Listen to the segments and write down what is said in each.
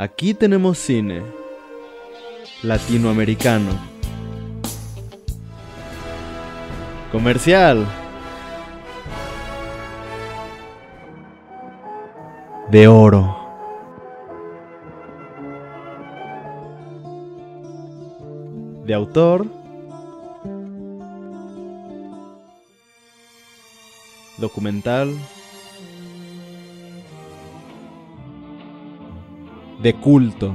Aquí tenemos cine latinoamericano. Comercial. De oro. De autor. Documental. De culto.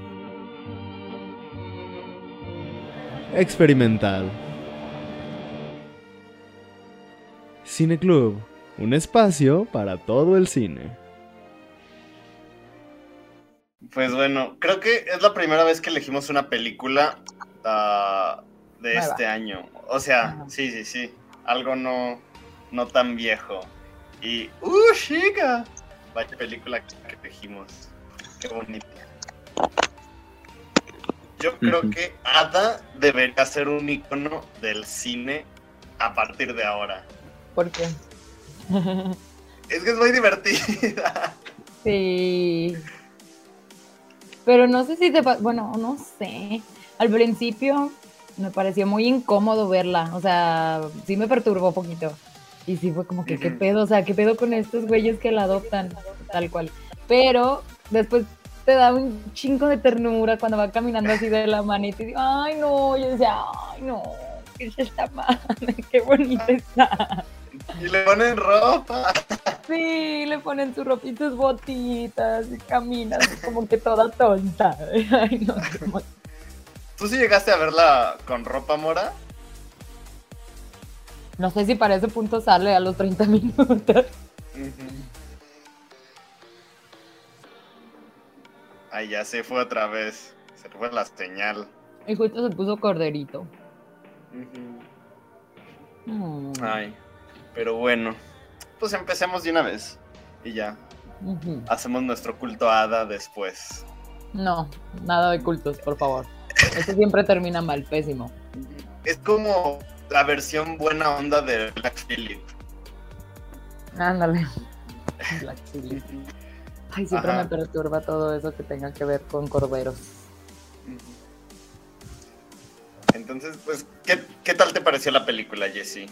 Experimental. Cineclub, un espacio para todo el cine. Pues bueno, creo que es la primera vez que elegimos una película de Nueva. este año. O sea, sí, algo no tan viejo. Y, chica, vaya película que elegimos. Qué bonita. Yo creo que Ada debería ser un icono del cine a partir de ahora. ¿Por qué? Es que es muy divertida. Sí. Pero no sé si bueno, no sé. Al principio me pareció muy incómodo verla. O sea, sí me perturbó un poquito. Y sí fue como que, ¿qué pedo? O sea, ¿qué pedo con estos güeyes que la adoptan? Tal cual. Pero después te da un chingo de ternura cuando va caminando así de la manita y digo, ay, no. Yo decía, ay, no. ¿Qué es esta madre? Qué bonita está. Y le ponen ropa. Sí, le ponen sus ropitas, botitas y camina así como que toda tonta. Ay, no, qué mal. ¿Tú sí llegaste a verla con ropa, Mora? No sé si para ese punto sale a los 30 minutos. Ay, ya se fue otra vez. Se fue la señal. Y justo se puso corderito. Ay, pero bueno. Pues empecemos de una vez. Y ya. Hacemos nuestro culto a Ada después. No, nada de cultos, por favor. Esto siempre termina mal, pésimo. Es como la versión buena onda de Black Phillip. Ándale. Black Phillip. Ay, siempre me perturba todo eso que tenga que ver con corderos. Entonces, pues, ¿qué tal te pareció la película, Jessie?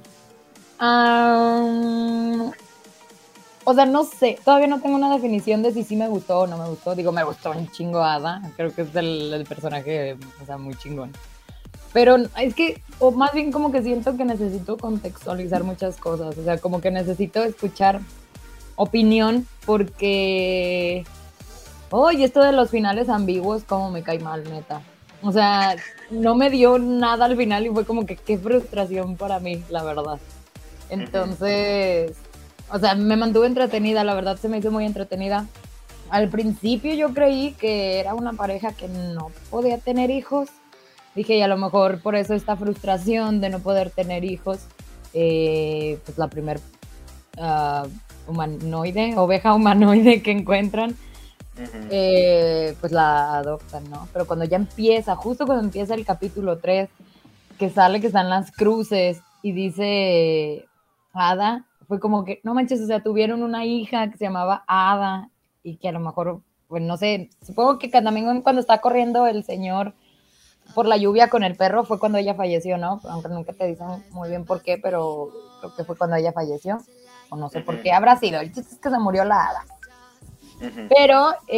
O sea, no sé, todavía no tengo una definición de si sí me gustó o no me gustó. Digo, me gustó un chingo Ada, creo que es el personaje, o sea, muy chingón. Pero es que, o más bien como que siento que necesito contextualizar muchas cosas, o sea, como que necesito escuchar opinión porque, oye, esto de los finales ambiguos, como me cae mal, neta. O sea, no me dio nada al final y fue como que qué frustración para mí, la verdad. Entonces, o sea, me mantuve entretenida, la verdad se me hizo muy entretenida. Al principio yo creí que era una pareja que no podía tener hijos. Dije, y a lo mejor por eso esta frustración de no poder tener hijos, pues la primer oveja humanoide que encuentran, pues la adoptan, ¿no? Pero cuando ya empieza, justo cuando empieza el capítulo 3, que sale que están las cruces y dice Ada, fue como que, no manches, o sea, tuvieron una hija que se llamaba Ada y que a lo mejor, pues no sé, supongo que también cuando está corriendo el señor por la lluvia con el perro fue cuando ella falleció, ¿no? Aunque nunca te dicen muy bien por qué, pero creo que fue cuando ella falleció, o no sé por qué habrá sido, el chiste es que se murió la Ada. Pero,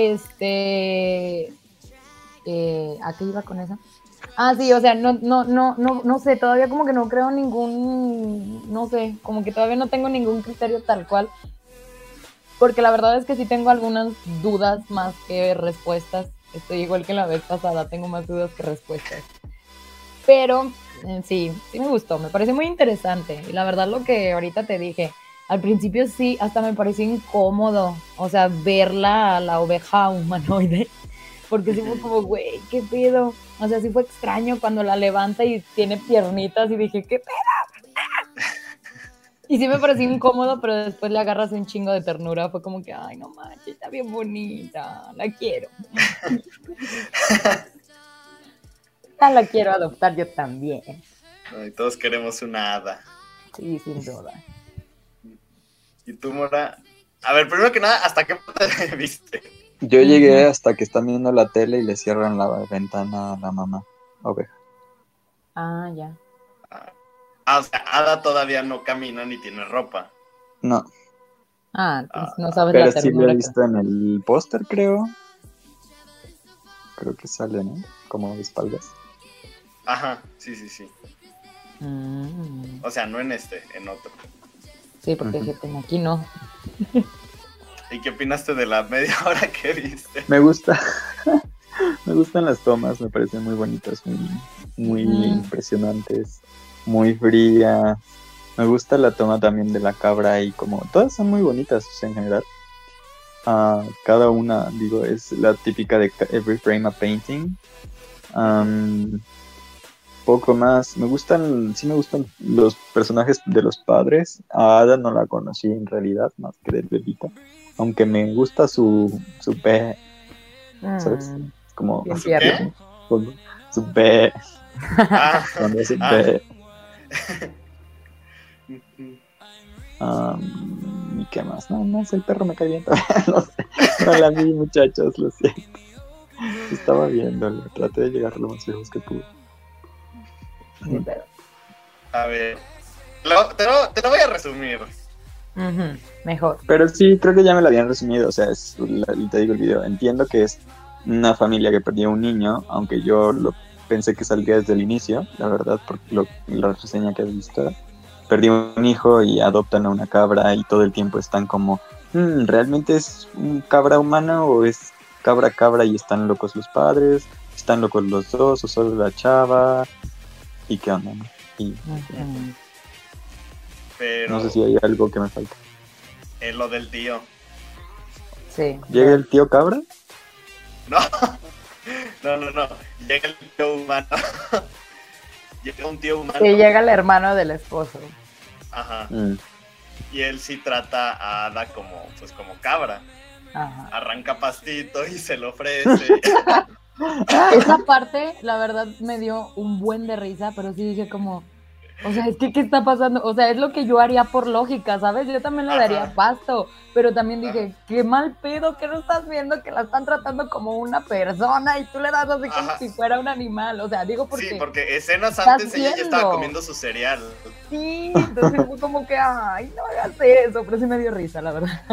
¿a qué iba con eso? Ah, sí, o sea, no sé, todavía como que no creo no sé, como que todavía no tengo ningún criterio tal cual, porque la verdad es que sí tengo algunas dudas más que respuestas. Estoy igual que la vez pasada, tengo más dudas que respuestas. Pero sí me gustó, me parece muy interesante. Y la verdad lo que ahorita te dije, al principio sí, hasta me pareció incómodo, o sea, verla a la oveja humanoide, porque sí fue como, güey, ¿qué pedo? O sea, sí fue extraño cuando la levanta y tiene piernitas y dije, ¿qué pedo? Y sí me pareció incómodo, pero después le agarras un chingo de ternura. Fue como que, ay, no manches, está bien bonita, la quiero. La quiero adoptar yo también. Ay, todos queremos una Hada. Sí, sin duda. ¿Y tú, Mora? A ver, primero que nada, ¿hasta qué parte viste? Yo llegué hasta que están viendo la tele y le cierran la ventana a la mamá oveja. Ah, ya. O sea, Ada todavía no camina ni tiene ropa. No, Ah, entonces no sabes pero la sí lo ternura he que... visto en el póster, creo. Creo que sale, ¿no? Como de espaldas. Ajá, sí, sí, sí. O sea, no en este, en otro. Sí, porque fíjate, aquí no. ¿Y qué opinaste de la media hora que viste? Me gusta. Me gustan las tomas, me parecen muy bonitas, muy impresionantes, muy frías. Me gusta la toma también de la cabra y como todas son muy bonitas, o sea, en general. Cada una, digo, es la típica de Every Frame a Painting. Poco más, sí me gustan los personajes de los padres. A Ada no la conocí en realidad, más que del bebito. Aunque me gusta su pe, ¿sabes? Como Bien ¿Su qué? tierno. su pe, Ah, cuando hace ah. pe. ¿Y qué más? No, más el perro me cae bien todavía, no sé. No la vi, muchachos, lo siento. Estaba viéndolo, traté de llegar lo más lejos que pude. Sí, pero... A ver, te lo voy a resumir. Mejor. Pero sí, creo que ya me lo habían resumido, o sea, te digo el video, entiendo que es una familia que perdió un niño, aunque yo pensé que saldría desde el inicio, la verdad, porque la reseña que he visto, perdió un hijo y adoptan a una cabra y todo el tiempo están como, ¿realmente es un cabra humana o es cabra y están locos los padres? ¿Están locos los dos o solo la chava? ¿Y qué onda? ¿No? Y Pero no sé si hay algo que me falta. es lo del tío. Sí. ¿Llega el tío cabra? No, no. Llega el tío humano. Llega un tío humano. Sí, llega el hermano del esposo. Ajá. Y él sí trata a Ada como cabra. Ajá. Arranca pastito y se lo ofrece. Esa parte, la verdad, me dio un buen de risa, pero sí dije como, o sea, es que ¿qué está pasando? O sea, es lo que yo haría por lógica, ¿sabes? Yo también le daría pasto, pero también dije, qué mal pedo, que no estás viendo que la están tratando como una persona y tú le das así como si fuera un animal, o sea, digo porque... Sí, porque escenas antes ella ya viendo? estaba comiendo su cereal. Sí, entonces fue como que, ay, no hagas eso, pero sí me dio risa, la verdad.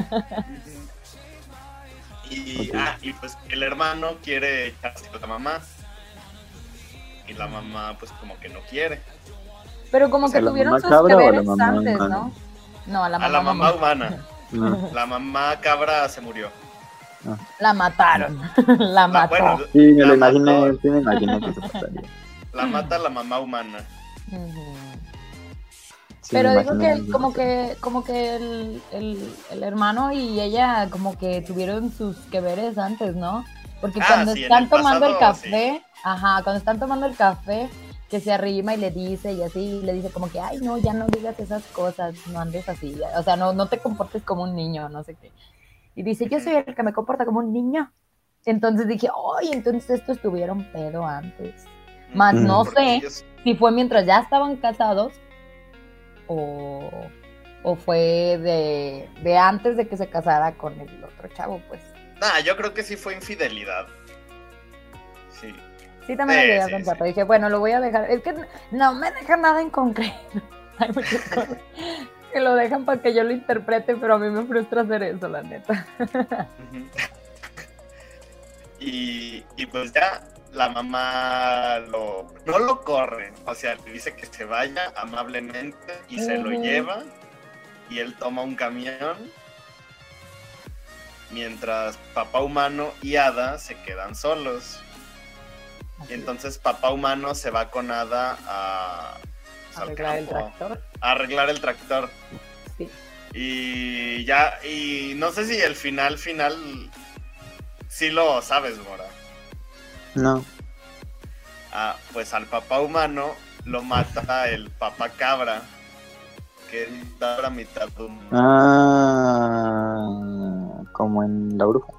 Y pues el hermano quiere echarse con la mamá. Y la mamá pues como que no quiere. Pero como O sea, que ¿la tuvieron mamá sus cabra o que la veres mamá antes, humana? ¿no? No, a la A la mamá humana. No. La mamá cabra se murió. La mataron, la mató. Bueno, Sí, me la lo imaginé, mató. sí me imaginé que eso pasaría. La mata la mamá humana. Sí, Pero me digo imaginé que como que el hermano y ella como que tuvieron sus que veres antes, ¿no? Porque cuando sí, en están el tomando el pasado, café, cuando están tomando el café, que se arrima y le dice y así, le dice como que, ay, no, ya no digas esas cosas, no andes así, o sea, no te comportes como un niño, no sé qué. Y dice, yo soy el que me comporta como un niño. Entonces dije, ay, entonces estos tuvieron pedo antes. Más no sé si fue mientras ya estaban casados o fue de antes de que se casara con el otro chavo, pues. Yo creo que sí fue infidelidad. Sí. Sí, también lo llegué a pensar, pero dije, bueno, lo voy a dejar. Es que no me deja nada en concreto. Hay muchas cosas que lo dejan para que yo lo interprete, pero a mí me frustra hacer eso, la neta. Y pues ya la mamá no lo corre, o sea, le dice que se vaya amablemente y se lo lleva y él toma un camión mientras papá humano y Ada se quedan solos. Y entonces papá humano se va con Ada a arreglar el tractor. A arreglar el tractor. Sí. Y no sé si el final sí lo sabes, Mora. No. Pues al papá humano lo mata el papá cabra, que es mitad humano. Como en La Bruja.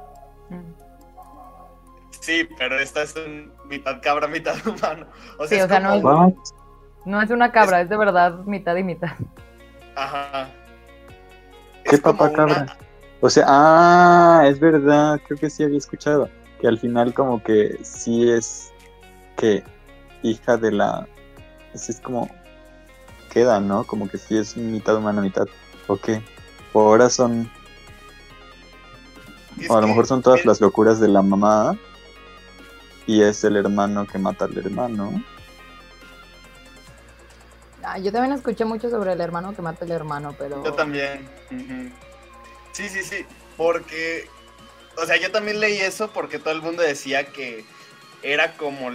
Sí, pero esta es mitad cabra, mitad humano. O sea, sí, es o sea, como... no es una cabra, es de verdad mitad y mitad. Ajá. ¿Qué Es como papá cabra? O sea, es verdad, creo que sí había escuchado. Que al final como que sí es que hija de la... Sí es como... Queda, ¿no? Como que sí es mitad humana, mitad... ¿O qué? O ahora son... Es O a lo que, mejor son todas las locuras de la mamá y es el hermano que mata al hermano. Yo también escuché mucho sobre el hermano que mata al hermano, pero... Yo también. Ujú. Sí, sí, sí. Porque, o sea, yo también leí eso porque todo el mundo decía que era como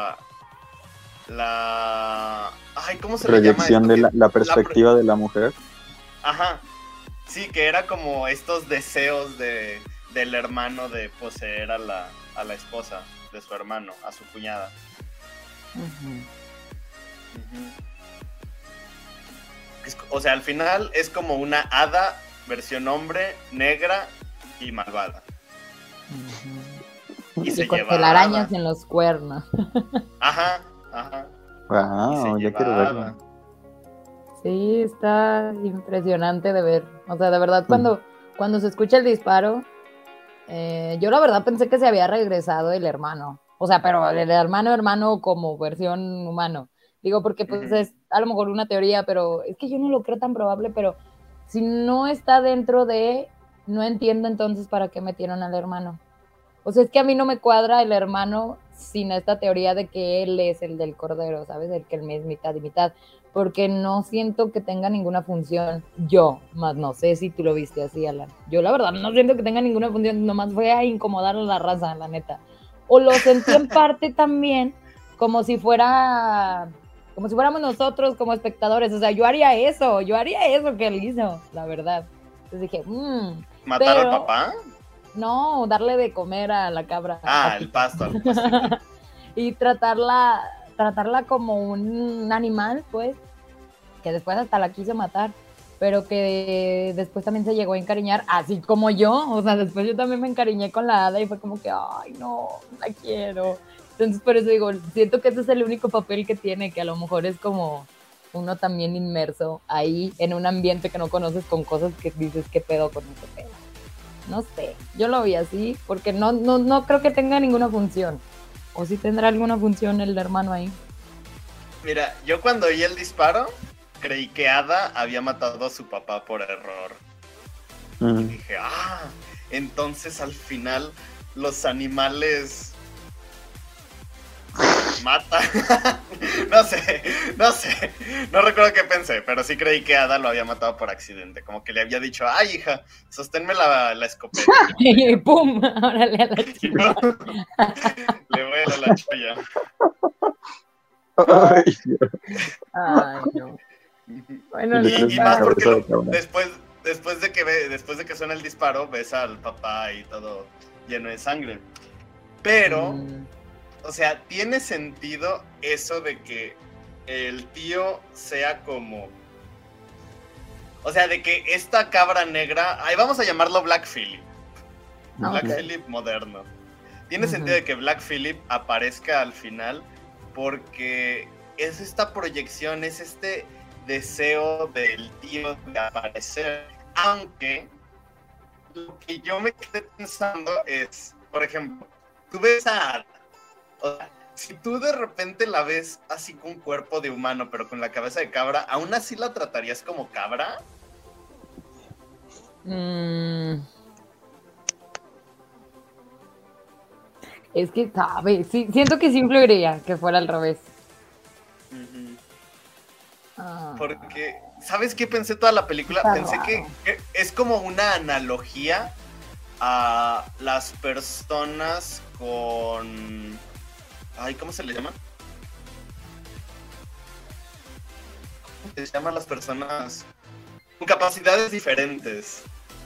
ay, ¿cómo se le llama Proyección esto? de la perspectiva de la mujer. Ajá. Sí, que era como estos deseos del hermano de poseer a la esposa de su hermano, a su cuñada. Ujú. Ujú. O sea, al final es como una hada versión hombre, negra y malvada. Ujú. Y se Y con lleva a telarañas Hada. en los cuernos. Ajá, ajá. Y Wow, se ya lleva quiero a verlo. Hada. Sí, está impresionante de ver. O sea, de verdad, cuando se escucha el disparo, yo la verdad pensé que se había regresado el hermano. O sea, pero el hermano como versión humano. Digo, porque pues Ujú. es a lo mejor una teoría, pero es que yo no lo creo tan probable, pero si no está dentro de, no entiendo entonces para qué metieron al hermano. O sea, es que a mí no me cuadra el hermano sin esta teoría de que él es el del cordero, ¿sabes? El que él es mitad y mitad, porque no siento que tenga ninguna función. Yo, más no sé si tú lo viste así, Alan. Yo la verdad no siento que tenga ninguna función, nomás fue a incomodar a la raza, la neta. O lo sentí en parte también como si fuéramos nosotros como espectadores. O sea, yo haría eso que él hizo, la verdad. Entonces dije, ¿Matar al pero papá? no, darle de comer a la cabra. El pasto, al pasto. Y tratarla como un animal, pues, que después hasta la quiso matar, pero que después también se llegó a encariñar, así como yo. O sea, después yo también me encariñé con la hada y fue como que, ay, no, la quiero. Entonces, por eso digo, siento que ese es el único papel que tiene, que a lo mejor es como uno también inmerso ahí en un ambiente que no conoces con cosas que dices, ¿qué pedo con ese pedo? No sé, yo lo vi así porque no creo que tenga ninguna función. ¿O si tendrá alguna función el hermano ahí? Mira, yo cuando oí el disparo, creí que Ada había matado a su papá por error. Y dije, entonces al final los animales matan. No sé, no recuerdo qué pensé, pero sí creí que Ada lo había matado por accidente, como que le había dicho, ay hija, sosténme la escopeta. Y ¡pum! Órale a la Y chica. yo, le voy a la cholla. Ay, Dios. Ay, no. Bueno, Y le traes Y una más porque cabeza de cabra. después de que suena el disparo, ves al papá y todo lleno de sangre. Pero, o sea, tiene sentido eso de que el tío sea como... O sea, de que esta cabra negra... Ahí vamos a llamarlo Black Phillip. Black Phillip moderno. Tiene sentido de que Black Phillip aparezca al final porque es esta proyección, es este deseo del tío de aparecer. Aunque lo que yo me quedé pensando es, por ejemplo, tú ves a Ada. O sea, si tú de repente la ves así con un cuerpo de humano, pero con la cabeza de cabra, ¿aún así la tratarías como cabra? Es que, ¿sabes? Sí, siento que sí influiría que fuera al revés. Porque, ¿sabes qué pensé toda la película? Está Pensé raro. que es como una analogía a las personas con... Ay, ¿cómo se le llama? ¿Cómo se llaman las personas con capacidades diferentes?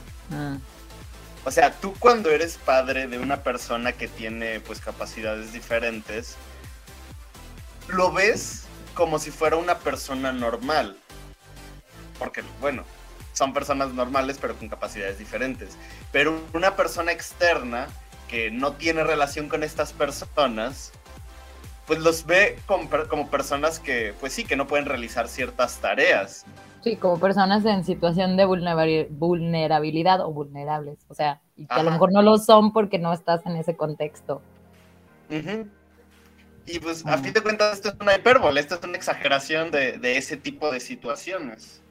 O sea, tú cuando eres padre de una persona que tiene pues capacidades diferentes, lo ves como si fuera una persona normal. Porque, bueno, son personas normales pero con capacidades diferentes. Pero una persona externa que no tiene relación con estas personas, pues los ve como personas que, pues sí, que no pueden realizar ciertas tareas. Sí, como personas en situación de vulnerabilidad o vulnerables, o sea, y que a lo Ajá. mejor no lo son porque no estás en ese contexto. Ujú. Y pues a fin de cuentas esto es una hipérbole, esto es una exageración de ese tipo de situaciones.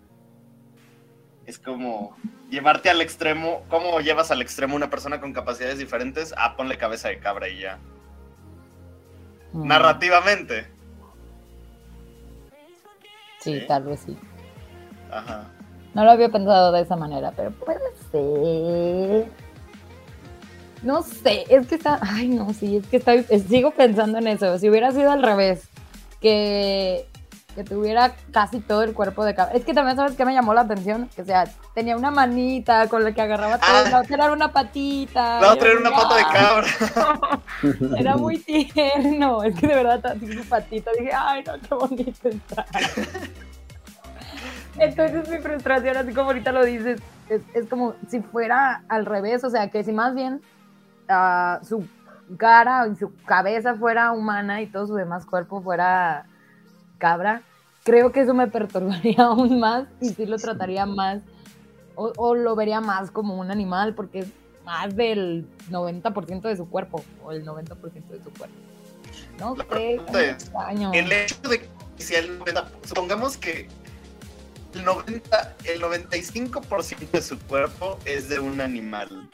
Es como llevarte al extremo, ¿cómo llevas al extremo una persona con capacidades diferentes? Ah, ponle cabeza de cabra y ya. Narrativamente. Sí, ¿Sí? tal vez sí. Ajá. No lo había pensado de esa manera, pero puede ser. No sé, es que está. Ay, no, sí, es que sigo pensando en eso. Si hubiera sido al revés, que tuviera casi todo el cuerpo de cabra. Es que también, ¿sabes qué me llamó la atención? Que, o sea, tenía una manita con la que agarraba todo, la otra era una patita. La otra era una pata de cabra. Era muy tierno. Es que de verdad, así su patita, dije, ay, no, qué bonito está. Entonces mi frustración, así como ahorita lo dices, es como si fuera al revés, o sea, que si más bien su cara y su cabeza fuera humana y todo su demás cuerpo fuera cabra, creo que eso me perturbaría aún más y sí lo trataría más o lo vería más como un animal porque es más del 90% de su cuerpo o el 90% de su cuerpo. No sé, extraño. El hecho de que si el 90, supongamos que el 95% de su cuerpo es de un animal.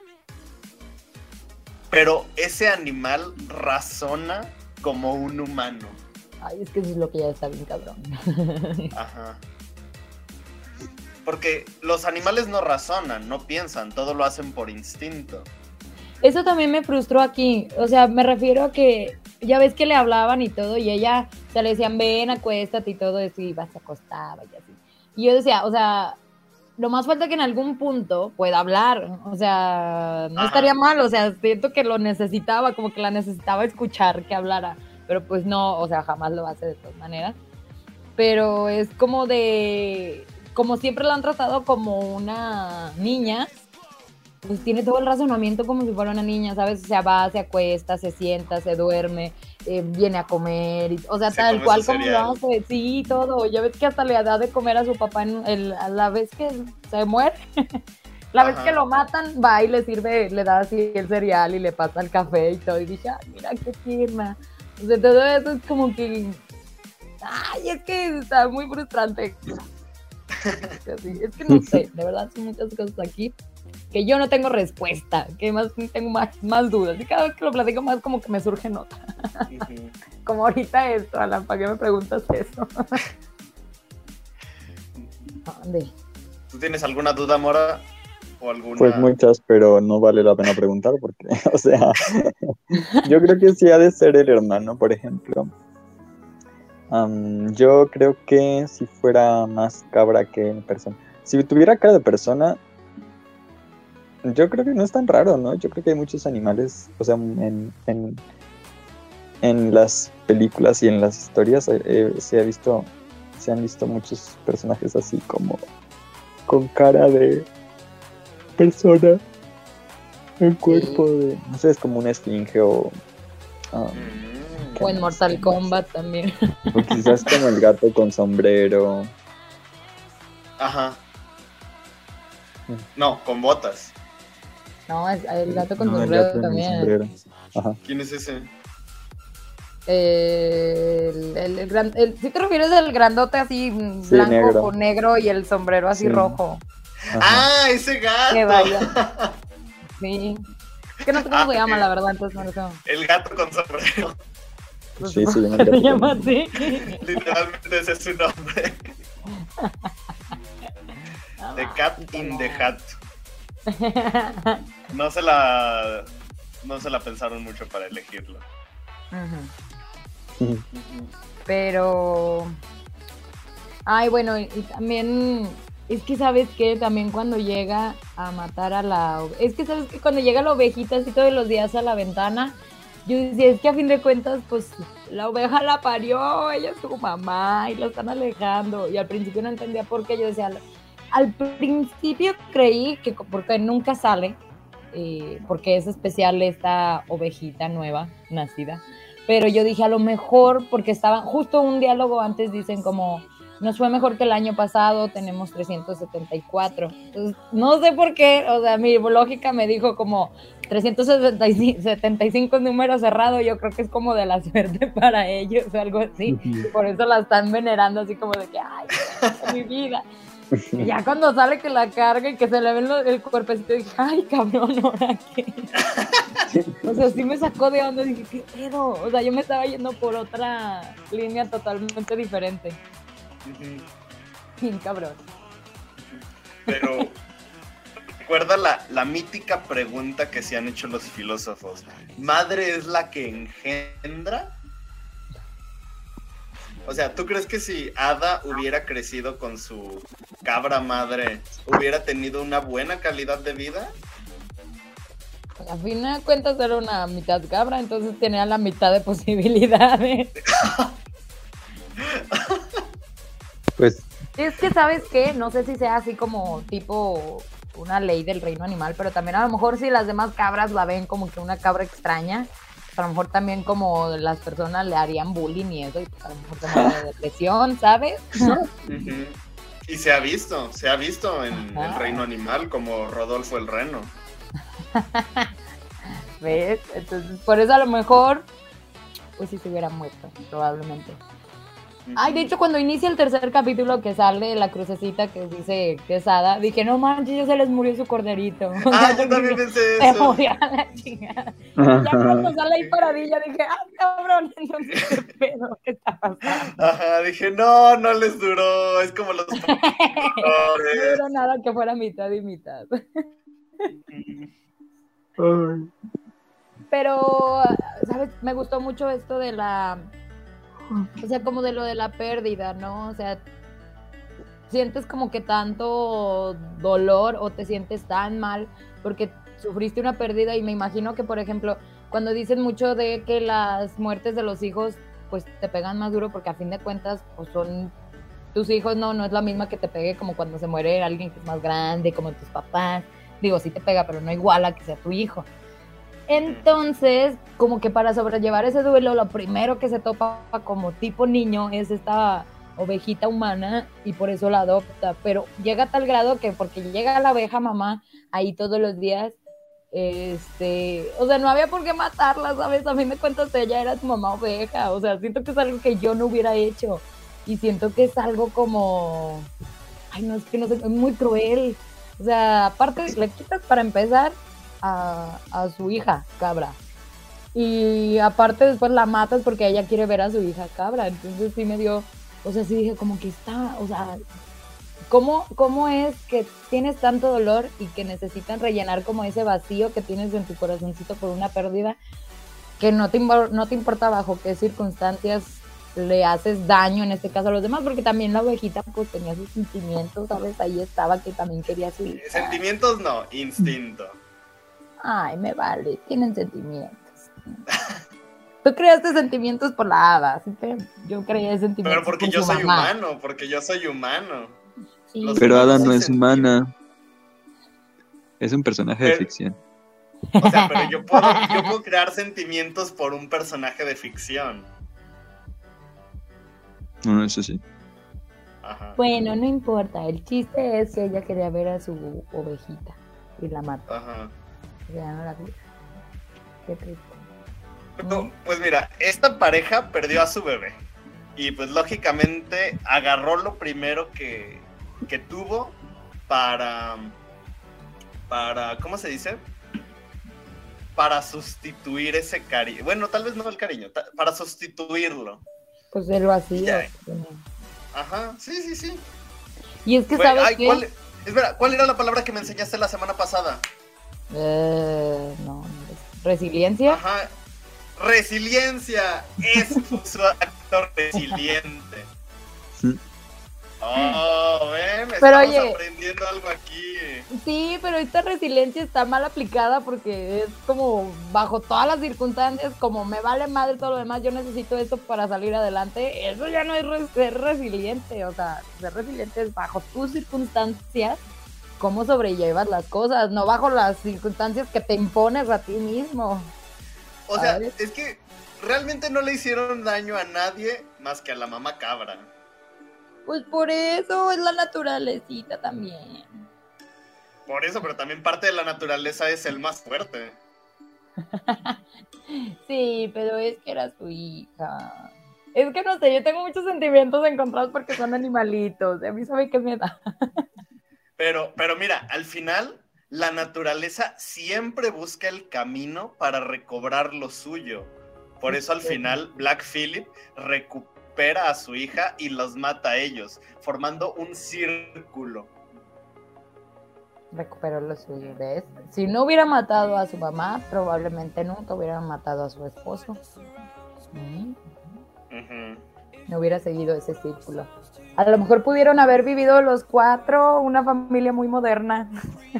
Pero ese animal razona como un humano. Ay, es que eso es lo que ya está bien cabrón. Ajá. Porque los animales no razonan, no piensan, todo lo hacen por instinto. Eso también me frustró aquí, o sea, me refiero a que ya ves que le hablaban y todo, y ella, o sea, le decían, ven, acuéstate y todo eso, y se acostaba y así. Y yo decía, o sea, lo más falta que en algún punto pueda hablar, o sea, no estaría mal, o sea, siento que lo necesitaba, como que la necesitaba escuchar que hablara, pero pues no, o sea, jamás lo hace de todas maneras. Pero es como como siempre la han tratado como una niña, pues tiene todo el razonamiento como si fuera una niña, ¿sabes? O sea, va, se acuesta, se sienta, se duerme, viene a comer, o sea, tal cual como lo hace, sí, todo. Ya ves que hasta le da de comer a su papá a la vez que se muere, la vez que lo matan, va y le sirve, le da así el cereal y le pasa el café y todo, y dije, ay, mira qué tierna. O sea, todo eso es como que, ay, es que está muy frustrante. Es que no sé, de verdad son muchas cosas aquí que yo no tengo respuesta, que más tengo más dudas, y cada vez que lo platico más como que me surgen otras. Como ahorita esto, Alan, ¿para qué me preguntas eso? ¿Dónde? ¿Tú tienes alguna duda, Mora? ¿O alguna? Pues muchas, pero no vale la pena preguntar porque, o sea, yo creo que sí ha de ser el hermano, por ejemplo. Yo creo que si fuera más cabra que persona. Si tuviera cara de persona, yo creo que no es tan raro, ¿no? Yo creo que hay muchos animales, o sea, en las películas y en las historias se han visto muchos personajes así como con cara de persona, en cuerpo de, no sé, es como una esfinge o en Mortal Kombat también. O quizás como el gato con sombrero. Ajá. No, con botas. No, es el gato con sombrero gato también. Sombrero. Ajá. ¿Quién es ese? ¿Sí te refieres al grandote así blanco negro. Con negro y el sombrero así rojo? Ajá. ¡Ah, ese gato! Que vaya. Sí. Es que no sé cómo se llama, la verdad, entonces no lo sé. El gato con sombrero. Pues sí, se llama así. Literalmente ese es su nombre. The Cat in the Hat. No se la pensaron mucho para elegirlo. Pero ay, bueno, y también es que sabes que también cuando llega a matar es que sabes que cuando llega la ovejita así todos los días a la ventana, yo decía, es que a fin de cuentas pues la oveja la parió, ella es su mamá y la están alejando, y al principio no entendía por qué. Yo decía, al principio creí que porque nunca sale, porque es especial esta ovejita nueva nacida, pero yo dije a lo mejor porque estaban justo un diálogo antes, dicen como nos fue mejor que el año pasado, tenemos 374. Entonces, no sé por qué, o sea, mi lógica me dijo como 375 números cerrados, yo creo que es como de la suerte para ellos o algo así. Por eso la están venerando así como de que, ay, mi vida. Y ya cuando sale que la carga y que se le ve el cuerpecito, dije, ay, cabrón, ¿ahora qué? O sea, sí me sacó de onda, dije, ¿qué pedo? O sea, yo me estaba yendo por otra línea totalmente diferente. Bien cabrón. Pero recuerda la mítica pregunta que se han hecho los filósofos. ¿Madre es la que engendra? O sea, ¿tú crees que si Ada hubiera crecido con su cabra madre, hubiera tenido una buena calidad de vida? A fin de cuentas era una mitad cabra, entonces tenía la mitad de posibilidades. Pues Es que, ¿sabes qué? No sé si sea así como tipo una ley del reino animal, pero también a lo mejor si las demás cabras la ven como que una cabra extraña, a lo mejor también como las personas le harían bullying y eso, y pues a lo mejor se muere de depresión, ¿sabes? Y se ha visto en el reino animal como Rodolfo el Reno. ¿Ves? Entonces, por eso a lo mejor, pues sí se hubiera muerto, probablemente. Ay, de hecho, cuando inicia el tercer capítulo que sale la crucecita que dice que es Ada, dije, no manches, ya se les murió su corderito. Ah, yo también pensé Se eso. murió a la chingada. Ya cuando sale ahí paradilla, dije, ay, cabrón, entonces, ¿qué pedo? ¿Qué está pasando? Ajá, dije, no les duró, es como los No pobres. era nada que fuera mitad y mitad. Pero, ¿sabes? Me gustó mucho esto de la... O sea, como de lo de la pérdida, ¿no? O sea, sientes como que tanto dolor o te sientes tan mal porque sufriste una pérdida y me imagino que, por ejemplo, cuando dicen mucho de que las muertes de los hijos, pues te pegan más duro porque a fin de cuentas, pues son tus hijos, no es la misma que te pegue como cuando se muere alguien que es más grande, como tus papás. Digo, sí te pega, pero no igual a que sea tu hijo. Entonces, como que para sobrellevar ese duelo, lo primero que se topa como tipo niño es esta ovejita humana y por eso la adopta. Pero llega a tal grado que porque llega la oveja mamá ahí todos los días, o sea, no había por qué matarla, ¿sabes? A fin de cuentas ella era tu mamá oveja. O sea, siento que es algo que yo no hubiera hecho y siento que es algo como... Ay, no, es que no sé, es muy cruel. O sea, aparte le quitas para empezar a su hija cabra y aparte después la matas porque ella quiere ver a su hija cabra. Entonces sí me dio, o sea, sí dije como que está, o sea, ¿cómo es que tienes tanto dolor y que necesitan rellenar como ese vacío que tienes en tu corazoncito por una pérdida que no te importa bajo qué circunstancias le haces daño, en este caso a los demás? Porque también la ovejita pues tenía sus sentimientos, ¿sabes? Ahí estaba que también quería a su hija. Sentimientos no, instinto. Ay, me vale, tienen sentimientos. Tú creaste sentimientos por la hada, así que yo creé sentimientos. Pero porque por yo su soy mamá. humano. Sí, Pero Ada humanos no sí es sentimos. humana. Es un personaje de Pero- ficción. O sea, pero yo puedo crear sentimientos por un personaje de ficción. No, eso sí. Ajá. Bueno, no importa, el chiste es que ella quería ver a su ovejita y la mató. Ajá. Ya no la vi. Qué triste. No, pues mira, esta pareja perdió a su bebé. Y pues lógicamente agarró lo primero que tuvo para, ¿cómo se dice? Para sustituir ese cariño. Bueno, tal vez no el cariño, para sustituirlo. Pues él lo hacía. Ya. Ajá, sí. Y es que sabes Ay, qué. espera, ¿cuál era la palabra que me enseñaste la semana pasada? No, resiliencia. Ajá, resiliencia. Es su actor resiliente. Oh, ven, Pero, estamos oye, aprendiendo algo aquí. Sí, pero esta resiliencia está mal aplicada porque es como bajo todas las circunstancias, como me vale madre todo lo demás, yo necesito esto para salir adelante. Eso ya no es ser resiliente, o sea, ser resiliente es bajo tus circunstancias, cómo sobrellevas las cosas, no bajo las circunstancias que te impones a ti mismo. O sea, ¿Sabes? es que realmente no le hicieron daño a nadie más que a la mamá cabra. Pues por eso es la naturalecita también. Por eso, pero también parte de la naturaleza es el más fuerte. Sí, pero es que era su hija. Es que no sé, yo tengo muchos sentimientos encontrados porque son animalitos. A mí sabe qué me da. Pero mira, al final, la naturaleza siempre busca el camino para recobrar lo suyo. Por eso al final, Black Phillip recupera a su hija y los mata a ellos, formando un círculo. Recuperó lo suyo, ¿ves? Si no hubiera matado a su mamá, probablemente nunca hubieran matado a su esposo. No hubiera seguido ese círculo. A lo mejor pudieron haber vivido los 4, una familia muy moderna.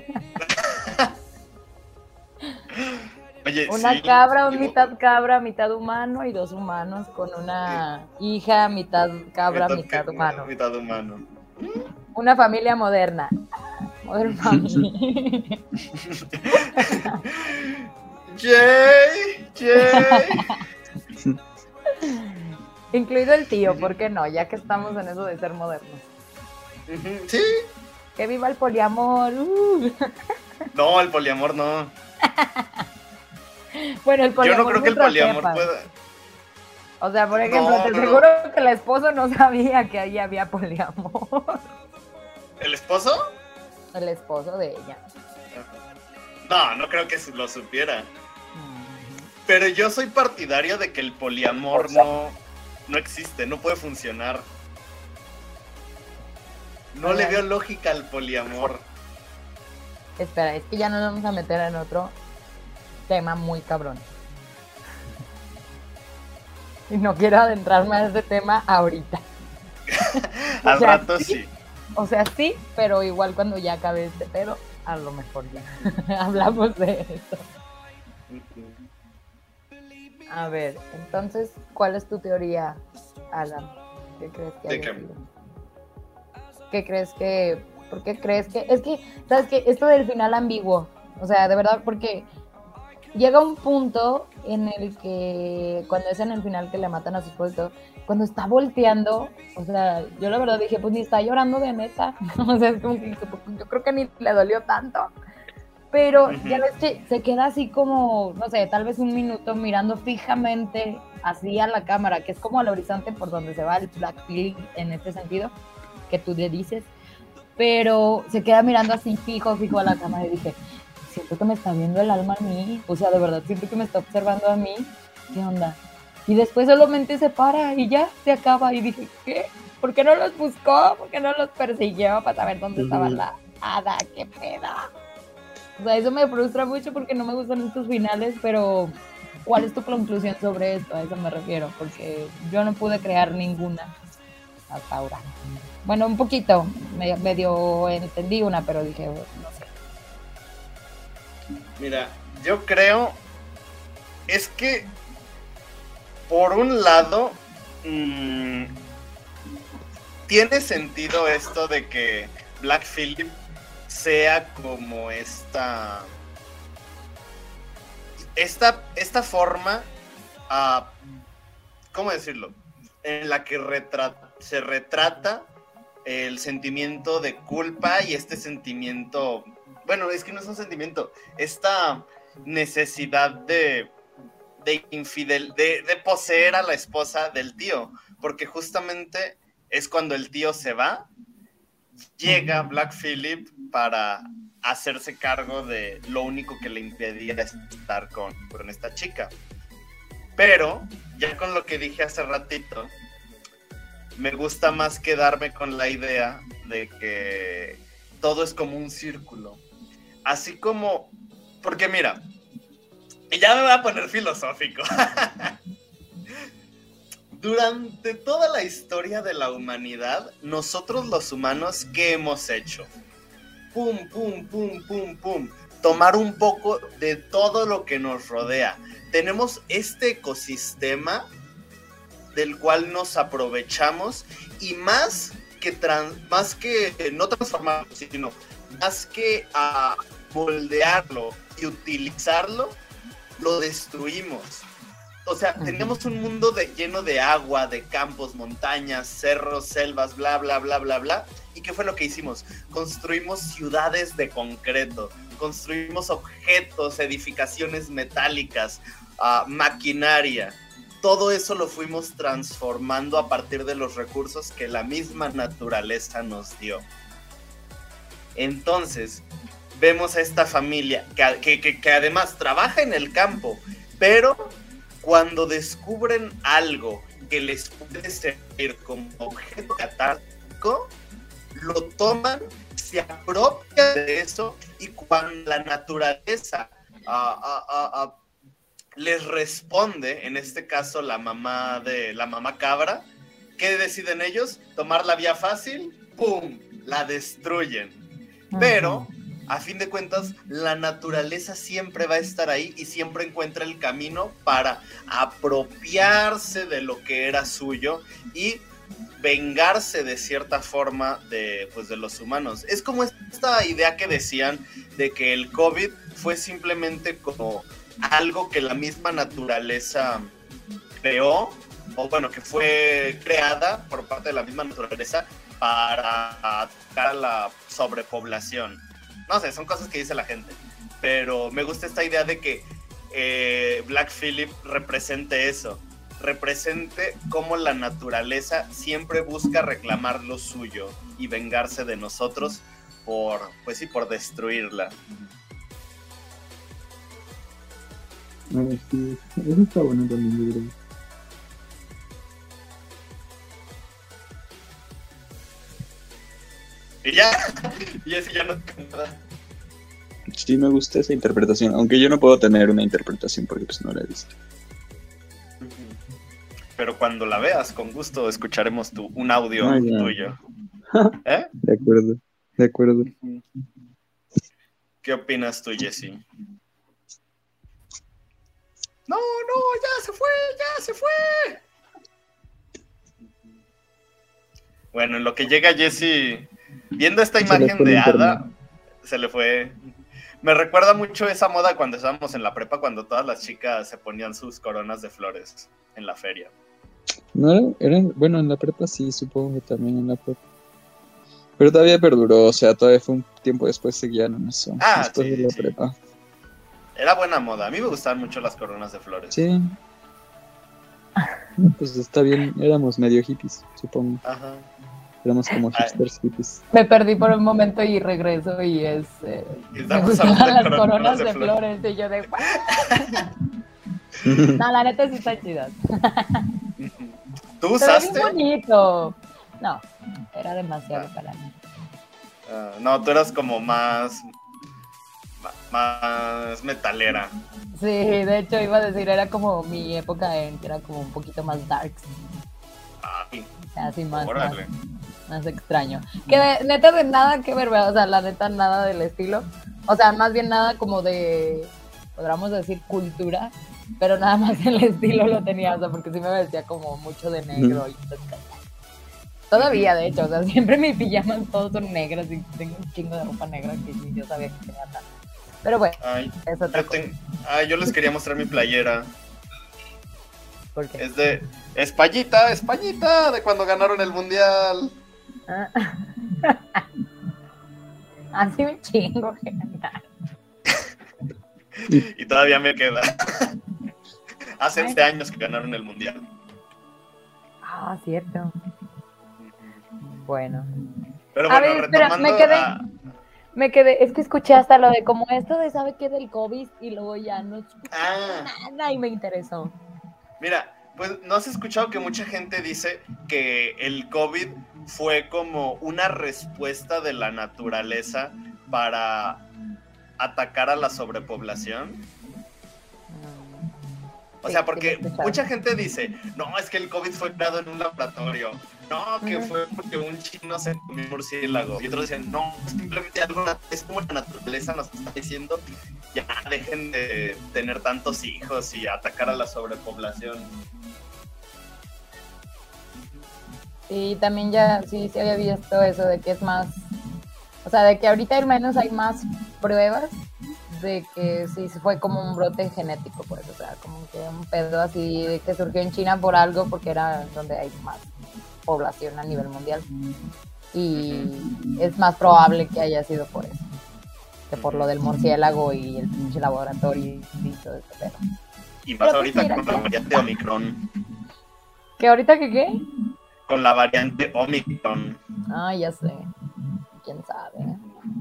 Oye, Una sí, cabra, mitad humano, y 2 humanos con una hija, mitad cabra, mitad humano. Mitad humano. Una familia moderna. Modern Family. ¡Yay! Incluido el tío, ¿por qué no? Ya que estamos en eso de ser modernos. Sí. ¡Que viva el poliamor! No, el poliamor no. Bueno, el poliamor. Yo no creo que el poliamor pueda. O sea, por ejemplo, te aseguro que el esposo no sabía que ahí había poliamor. ¿El esposo? El esposo de ella. No creo que lo supiera. Pero yo soy partidario de que el poliamor no existe, no puede funcionar. No le veo lógica al poliamor. Espera, es que ya nos vamos a meter en otro tema muy cabrón. Y no quiero adentrarme a ese tema ahorita. Al rato sí. O sea, sí, pero igual cuando ya acabe este pedo, a lo mejor ya hablamos de eso. A ver, entonces, ¿cuál es tu teoría, Alan? ¿Qué crees que haya sido? ¿Qué crees que...? ¿Por qué crees que...? Es que, ¿sabes qué? Esto del final ambiguo. O sea, de verdad, porque llega un punto en el que, cuando es en el final que le matan a su esposo, cuando está volteando, o sea, yo la verdad dije, pues ni está llorando de neta. O sea, es como que yo creo que ni le dolió tanto. Pero ya ves que se queda así como, no sé, tal vez un minuto mirando fijamente así a la cámara, que es como al horizonte por donde se va el Black Phillip en este sentido, que tú le dices. Pero se queda mirando así fijo a la cámara y dije, siento que me está viendo el alma a mí, o sea, de verdad, siento que me está observando a mí, ¿qué onda? Y después solamente se para y ya, se acaba, y dije, ¿qué? ¿Por qué no los buscó? ¿Por qué no los persiguió para saber dónde estaba la hada? ¿Qué pedo? O sea, eso me frustra mucho porque no me gustan estos finales, pero ¿cuál es tu conclusión sobre esto? A eso me refiero, porque yo no pude crear ninguna hasta ahora. Bueno, un poquito, medio entendí una, pero dije, no sé. Mira, yo creo, es que, por un lado, tiene sentido esto de que Black Phillip sea como esta forma, ¿cómo decirlo? En la que se retrata el sentimiento de culpa y este sentimiento, bueno, es que no es un sentimiento, esta necesidad de poseer a la esposa del tío, porque justamente es cuando el tío se va, llega Black Phillip para hacerse cargo de lo único que le impedía estar con esta chica. Pero, ya con lo que dije hace ratito, me gusta más quedarme con la idea de que todo es como un círculo. Así como, porque mira, y ya me voy a poner filosófico. Durante toda la historia de la humanidad, nosotros los humanos, ¿qué hemos hecho? Pum, pum, pum, pum, pum. Tomar un poco de todo lo que nos rodea. Tenemos este ecosistema del cual nos aprovechamos y más que no transformarlo, sino más que moldearlo y utilizarlo, lo destruimos. o sea, teníamos un mundo lleno de agua, de campos, montañas, cerros, selvas, bla, bla, bla, bla, bla. ¿Y qué fue lo que hicimos? Construimos ciudades de concreto, construimos objetos, edificaciones metálicas, maquinaria. Todo eso lo fuimos transformando a partir de los recursos que la misma naturaleza nos dio. Entonces, vemos a esta familia que además trabaja en el campo, pero cuando descubren algo que les puede servir como objeto catártico, lo toman, se apropian de eso, y cuando la naturaleza les responde, en este caso la mamá cabra, ¿qué deciden ellos? Tomar la vía fácil, ¡pum!, la destruyen. Pero a fin de cuentas, la naturaleza siempre va a estar ahí y siempre encuentra el camino para apropiarse de lo que era suyo y vengarse de cierta forma de los humanos. Es como esta idea que decían de que el COVID fue simplemente como algo que la misma naturaleza creó, o bueno, que fue creada por parte de la misma naturaleza para atacar a la sobrepoblación. No sé, son cosas que dice la gente, pero me gusta esta idea de que Black Phillip represente eso, represente cómo la naturaleza siempre busca reclamar lo suyo y vengarse de nosotros por destruirla. Sí, eso está bueno también, yo creo. Y ya, y así ya no tengo nada. Sí, me gusta esa interpretación, aunque yo no puedo tener una interpretación porque pues no la he visto. Pero cuando la veas, con gusto escucharemos un audio tuyo. ¿Eh? De acuerdo. ¿Qué opinas tú, Jessy? No, ya se fue. Bueno, en lo que llega Jessy, viendo esta imagen de Ada, se le fue. Me recuerda mucho esa moda cuando estábamos en la prepa, cuando todas las chicas se ponían sus coronas de flores en la feria. No eran, bueno, en la prepa sí, supongo que también en la prepa. Pero todavía perduró, o sea, todavía fue un tiempo después seguían en eso. Después de la prepa. Era buena moda, a mí me gustaban mucho las coronas de flores. Sí. Pues está bien, éramos medio hippies, supongo. Ajá. Éramos como hipsters hippies. Me perdí por un momento y regreso y me gustaban las coronas de flores y yo de... No, la neta sí está chida. ¿Tú usaste? Pero bien bonito. No, era demasiado para mí. No, tú eras como más metalera. Sí, de hecho iba a decir, era como mi época en que era como un poquito más darks. Ay, así más extraño. Que neta de nada que ver, ¿verdad? O sea, la neta nada del estilo. O sea, más bien nada como de, podríamos decir, cultura, pero nada más el estilo lo tenía, o sea, porque sí me vestía como mucho de negro y todavía, de hecho, o sea, siempre mis pijamas todos son negros y tengo un chingo de ropa negra que ni yo sabía que tenía tanto. Pero bueno, es otra cosa. Yo les quería mostrar mi playera. ¿Por qué? Es de Españita, de cuando ganaron el mundial. Así me chingo que ganar. Y todavía me queda. Hace 11 años que ganaron el mundial. Ah, cierto. Bueno. Pero bueno, a ver, espera, me quedé, es que escuché hasta lo de como esto de ¿sabe qué? Del COVID y luego ya no escuché nada y me interesó. Mira, pues ¿no has escuchado que mucha gente dice que el COVID fue como una respuesta de la naturaleza para atacar a la sobrepoblación? O sea, porque mucha gente dice, no, es que el COVID fue creado en un laboratorio. No, que fue porque un chino se comió un murciélago. Y otros dicen, no, simplemente algo, es como la naturaleza nos está diciendo, ya dejen de tener tantos hijos y atacar a la sobrepoblación. Y también ya sí había visto eso de que es más, o sea, de que ahorita al menos hay más pruebas de que sí fue como un brote genético, pues, o sea, como que un pedo así de que surgió en China por algo, porque era donde hay más población a nivel mundial. Y es más probable que haya sido por eso, que por lo del murciélago y el pinche laboratorio y todo eso. Pero Y más Pero ahorita mira, con la variante Omicron. ¿que ahorita que qué? Con la variante Omicron. Ah, ya sé. ¿Quién sabe?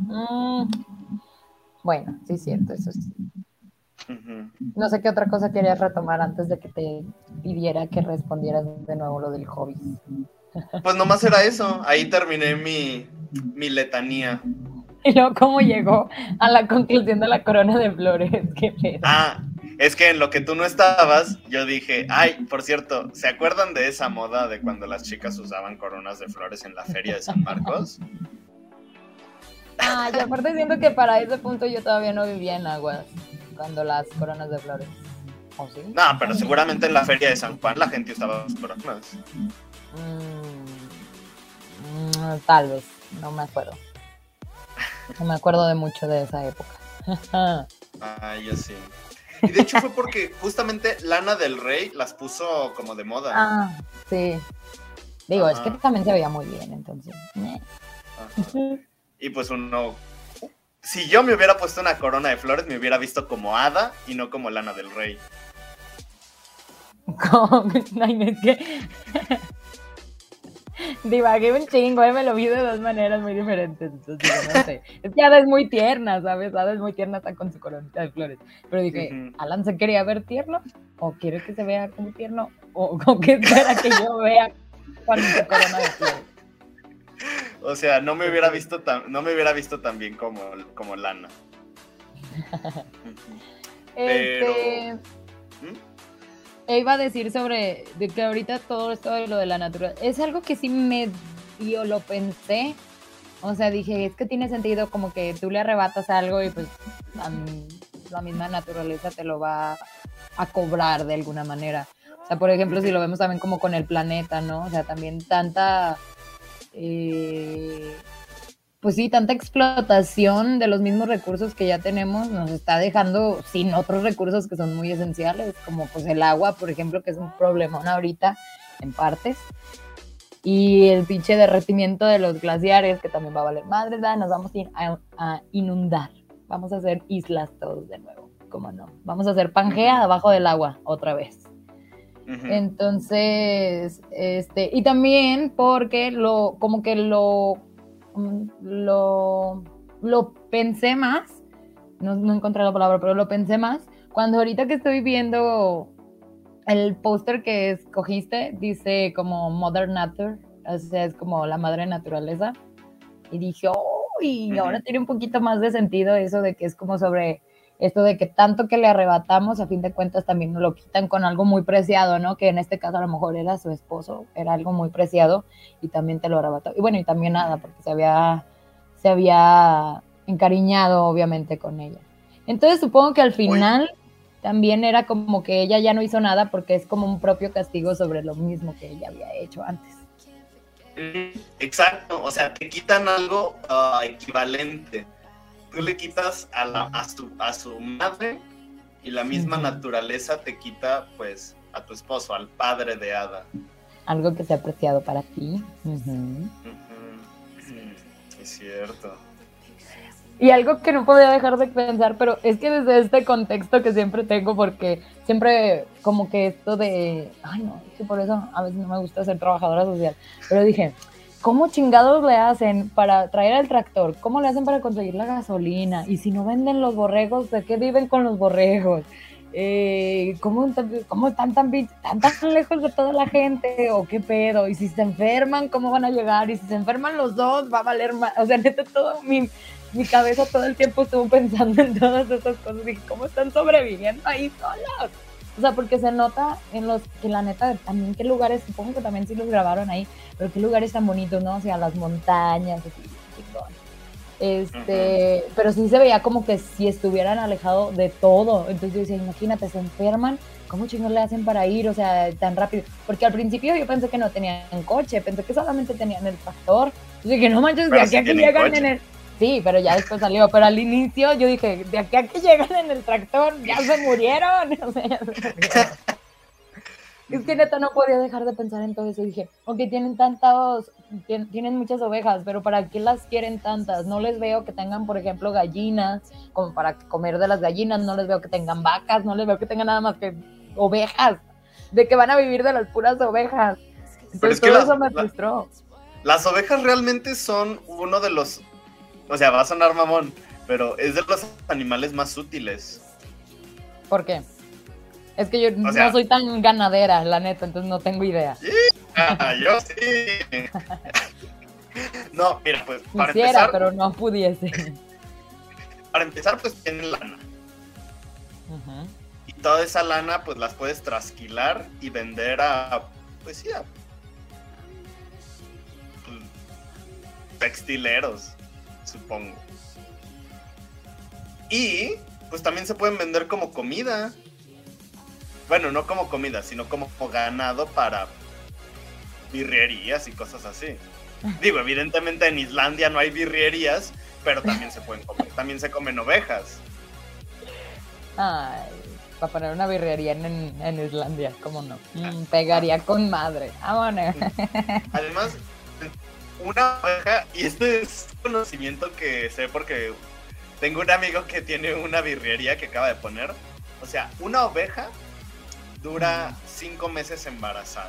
Bueno, sí es cierto, eso sí. Ujú. No sé qué otra cosa querías retomar antes de que te pidiera que respondieras de nuevo lo del hobby. Pues nomás era eso. Ahí terminé mi letanía. Y luego, ¿cómo llegó a la conclusión de la corona de flores? Qué pedo. Ah, es que en lo que tú no estabas, yo dije, ay, por cierto, ¿se acuerdan de esa moda de cuando las chicas usaban coronas de flores en la feria de San Marcos? Ah, y aparte siento que para ese punto yo todavía no vivía en Aguas, cuando las coronas de flores. ¿O sí? No, pero seguramente en la feria de San Juan la gente usaba sus coronas. Tal vez, no me acuerdo. No me acuerdo de mucho de esa época. Ah, yo sí. Y de hecho fue porque justamente Lana del Rey las puso como de moda. Ah, sí. Digo, es Ajá. que también se veía muy bien, entonces. Ajá. Y pues uno... Si yo me hubiera puesto una corona de flores, me hubiera visto como hada y no como Lana del Rey. Ay, no, es que divagué un chingo, me lo vi de dos maneras muy diferentes, entonces no sé. Es que Ada es muy tierna, ¿sabes? Ada es muy tierna, está con su coronita de flores. Pero dije, Ujú. ¿Alan se quería ver tierno? ¿O quiere que se vea como tierno? ¿O qué espera que yo vea con su corona de flores? O sea, no me hubiera visto tan bien como Lana. Pero... Iba a decir sobre de que ahorita todo esto de lo de la naturaleza es algo que sí medio lo pensé. O sea, dije, es que tiene sentido como que tú le arrebatas algo y pues la misma naturaleza te lo va a cobrar de alguna manera. O sea, por ejemplo, si lo vemos también como con el planeta, ¿no? O sea, también tanta... pues sí, tanta explotación de los mismos recursos que ya tenemos nos está dejando sin otros recursos que son muy esenciales, como pues el agua, por ejemplo, que es un problemón ahorita en partes, y el pinche derretimiento de los glaciares, que también va a valer madre, ¿verdad? Nos vamos a ir a inundar, vamos a hacer islas todos de nuevo, ¿cómo no? Vamos a hacer Pangea abajo del agua otra vez. Ujú. Entonces, y también porque lo pensé más, no encontré la palabra, pero lo pensé más, cuando ahorita que estoy viendo el póster que escogiste, dice como Mother Nature, o sea, es como la madre naturaleza, y dije, uy, ahora tiene un poquito más de sentido eso de que es como sobre esto de que tanto que le arrebatamos, a fin de cuentas también nos lo quitan con algo muy preciado, ¿no? Que en este caso a lo mejor era su esposo, era algo muy preciado y también te lo arrebató. Y bueno, y también nada, porque se había encariñado obviamente con ella. Entonces supongo que al final también era como que ella ya no hizo nada porque es como un propio castigo sobre lo mismo que ella había hecho antes. Exacto, o sea, te quitan algo equivalente. Tú le quitas a su madre y la misma naturaleza te quita pues a tu esposo, al padre de Ada. Algo que sea apreciado para ti. Es cierto. Y algo que no podía dejar de pensar, pero es que desde este contexto que siempre tengo, porque siempre como que esto de, ay no, es que por eso a veces no me gusta ser trabajadora social, pero dije, ¿cómo chingados le hacen para traer el tractor? ¿Cómo le hacen para conseguir la gasolina? Y si no venden los borregos, ¿de qué viven con los borregos? ¿Cómo están tan lejos de toda la gente? ¿O qué pedo? Y si se enferman, ¿cómo van a llegar? Y si se enferman los dos, va a valer más. O sea, neta, todo mi cabeza todo el tiempo estuvo pensando en todas esas cosas. Dije, ¿cómo están sobreviviendo ahí solos? O sea, porque se nota en los que la neta, también qué lugares, supongo que también sí los grabaron ahí, pero qué lugares tan bonitos, ¿no? O sea, las montañas, así, chingón. Pero sí se veía como que si estuvieran alejados de todo. Entonces yo decía, imagínate, se enferman, ¿cómo chingón le hacen para ir? O sea, tan rápido. Porque al principio yo pensé que no tenían coche, pensé que solamente tenían el tractor. Entonces dije, no manches, de aquí a que llegan coche. Sí, pero ya después salió. Pero al inicio yo dije, de aquí a que llegan en el tractor, ya se murieron. O sea, ya se murieron. Es que neta no podía dejar de pensar en todo eso. Dije, ok, tienen muchas ovejas, pero ¿para qué las quieren tantas? No les veo que tengan, por ejemplo, gallinas, como para comer de las gallinas. No les veo que tengan vacas, no les veo que tengan nada más que ovejas. De que van a vivir de las puras ovejas. Entonces todo eso me frustró. Las ovejas realmente son uno de los... O sea, va a sonar mamón, pero es de los animales más útiles. ¿Por qué? Es que yo no soy tan ganadera, la neta, entonces no tengo idea. Yo sí. No, mira, pues para empezar... pero no pudiese. Para empezar, pues tienen lana. Y toda esa lana, pues las puedes trasquilar y vender a... Pues sí, a... textileros, supongo. Y pues también se pueden vender como comida. Bueno, no como comida, sino como ganado para birrerías y cosas así. Digo, evidentemente en Islandia no hay birrerías, pero también se pueden comer, también se comen ovejas. Ay, para poner una birrería en Islandia, ¿cómo no? Pegaría con madre. Vámonos. Además, una oveja, y este es conocimiento que sé porque tengo un amigo que tiene una birrería que acaba de poner. O sea, una oveja dura 5 meses embarazada.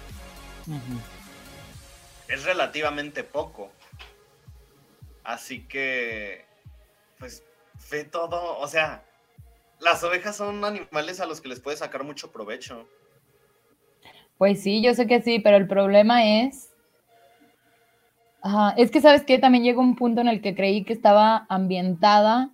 Es relativamente poco. Así que, pues, ve todo. O sea, las ovejas son animales a los que les puedes sacar mucho provecho. Pues sí, yo sé que sí, pero el problema es... es que, ¿sabes qué? También llegó un punto en el que creí que estaba ambientada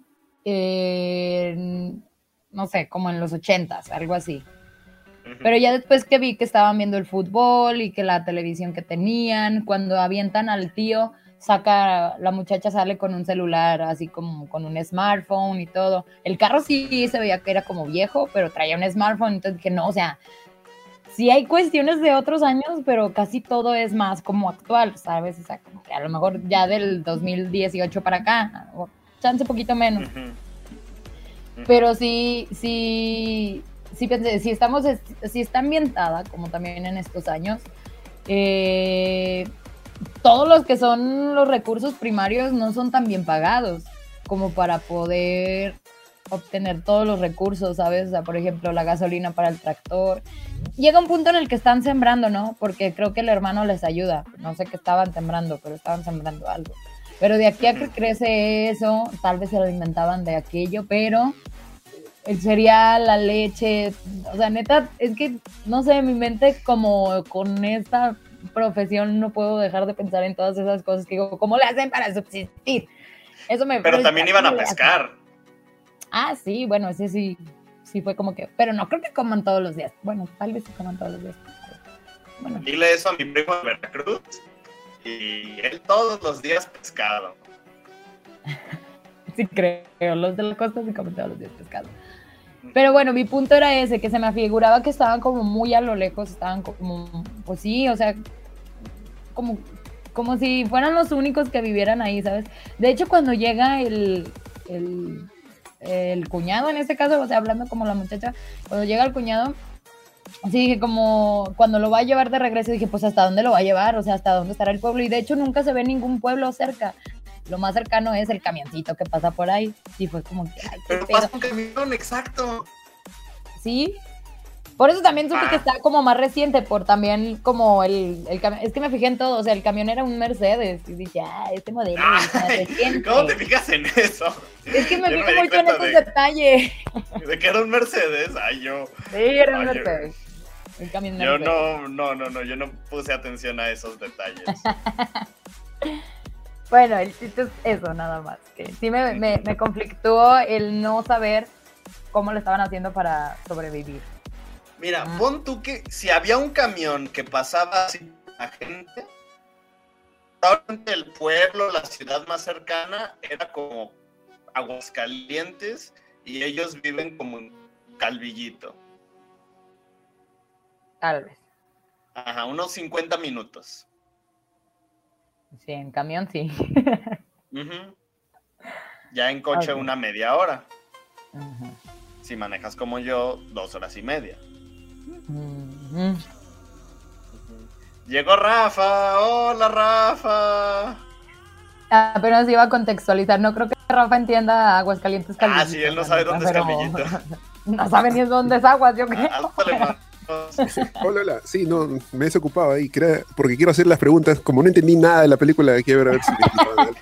no sé, como en los 80s, algo así. Pero ya después que vi que estaban viendo el fútbol y que la televisión que tenían, cuando avientan al tío, la muchacha sale con un celular, así como con un smartphone y todo. El carro sí se veía que era como viejo, pero traía un smartphone, entonces dije, no, o sea, sí hay cuestiones de otros años, pero casi todo es más como actual, ¿sabes? O sea, como que a lo mejor ya del 2018 para acá, o chance poquito menos. Pero sí pensé, si está ambientada, como también en estos años, todos los que son los recursos primarios no son tan bien pagados como para poder obtener todos los recursos, ¿sabes? O sea, por ejemplo, la gasolina para el tractor. Llega un punto en el que están sembrando, ¿no? Porque creo que el hermano les ayuda. No sé qué estaban sembrando, pero estaban sembrando algo. Pero de aquí a que crece eso, tal vez se alimentaban de aquello, pero el cereal, la leche, o sea, neta, es que, no sé, mi mente como con esta profesión no puedo dejar de pensar en todas esas cosas que digo, ¿cómo le hacen para subsistir? Eso me... Pero también iban a pescar. Ah, sí, bueno, ese sí fue como que, pero no creo que coman todos los días. Bueno, tal vez sí coman todos los días. Bueno. Dile eso a mi primo de Veracruz y él todos los días pescado. Sí creo, los de la costa sí comen todos los días pescado. Pero bueno, mi punto era ese, que se me figuraba que estaban como muy a lo lejos, estaban como, pues sí, o sea, como si fueran los únicos que vivieran ahí, ¿sabes? De hecho, cuando llega el cuñado, en este caso, o sea, hablando como la muchacha, cuando llega el cuñado, así dije como, cuando lo va a llevar de regreso, dije, pues, ¿hasta dónde lo va a llevar? O sea, ¿hasta dónde estará el pueblo? Y de hecho, nunca se ve ningún pueblo cerca. Lo más cercano es el camioncito que pasa por ahí. Y fue como que, ay, pero pasa un camión, exacto. Sí. Por eso también supe que está como más reciente, por también como el camión. Es que me fijé en todo, o sea, el camión era un Mercedes. Y dije, este modelo está reciente. ¿Cómo te fijas en eso? Es que me fijo mucho en esos detalles. ¿De que era un Mercedes? Ay, yo. Sí, era un Mercedes. El camión yo yo no puse atención a esos detalles. Bueno, el chiste es eso, nada más. Que sí me conflictó el no saber cómo lo estaban haciendo para sobrevivir. Mira, pon tú que si había un camión que pasaba así a gente, probablemente el pueblo, la ciudad más cercana, era como Aguascalientes y ellos viven como en Calvillito. Tal vez. Ajá, unos 50 minutos. Sí, en camión sí. Ya en coche Ok. una media hora. Ajá. Si manejas como yo, 2 horas y media. Ujú. Llegó Rafa. Hola, Rafa. Apenas iba a contextualizar. No creo que Rafa entienda Aguascalientes Calvillitos. Sí, él no la sabe neta, dónde es pero Calvillito. No sabe ni dónde es Aguas, yo creo. Álzale, mano. Hola, hola. Sí, no, me he desocupado ahí, porque quiero hacer las preguntas. Como no entendí nada de la película, quiero ver si me explicaban algo.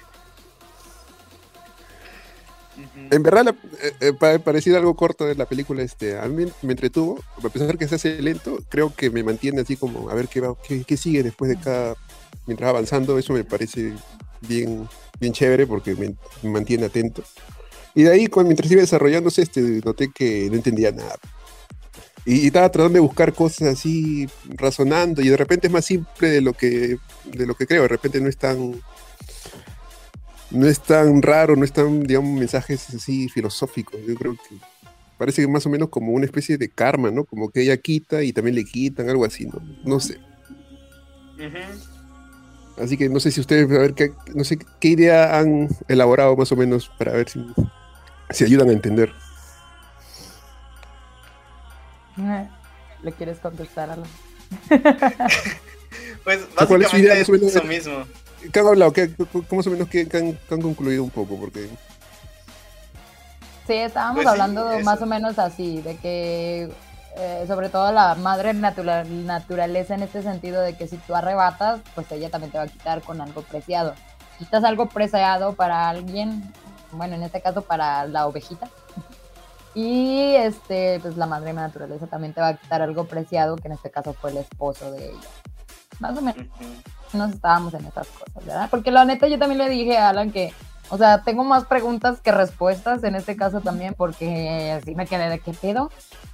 En verdad, parecido algo corto de la película, a mí me entretuvo, a pesar que se hace lento, creo que me mantiene así como a ver qué sigue después de mientras va avanzando. Eso me parece bien, bien chévere porque me mantiene atento. Y de ahí, mientras iba desarrollándose, noté que no entendía nada. Y estaba tratando de buscar cosas así, razonando, y de repente es más simple de lo que creo. De repente no es tan raro, no es tan, digamos, mensajes así filosóficos. Yo creo que parece que más o menos como una especie de karma, ¿no? Como que ella quita y también le quitan, algo así, ¿no? No sé. Así que no sé si ustedes, a ver, no sé qué idea han elaborado más o menos para ver si ayudan a entender. ¿Le quieres contestar a Pues ¿Cuál es su idea, básicamente más o menos? es eso mismo. ¿Qué han hablado? ¿Cómo más o menos que han concluido un poco? Porque Sí, estábamos Pues sí, hablando eso. más o menos así, de que sobre todo la madre naturaleza en este sentido de que si tú arrebatas, pues ella también te va a quitar con algo preciado. Quitas algo preciado para alguien, bueno, en este caso para la ovejita, y pues la madre naturaleza también te va a quitar algo preciado, que en este caso fue el esposo de ella. Más o menos nos estábamos en esas cosas, ¿verdad? Porque la neta yo también le dije a Alan que, o sea, tengo más preguntas que respuestas en este caso también, porque así me quedé de qué pedo.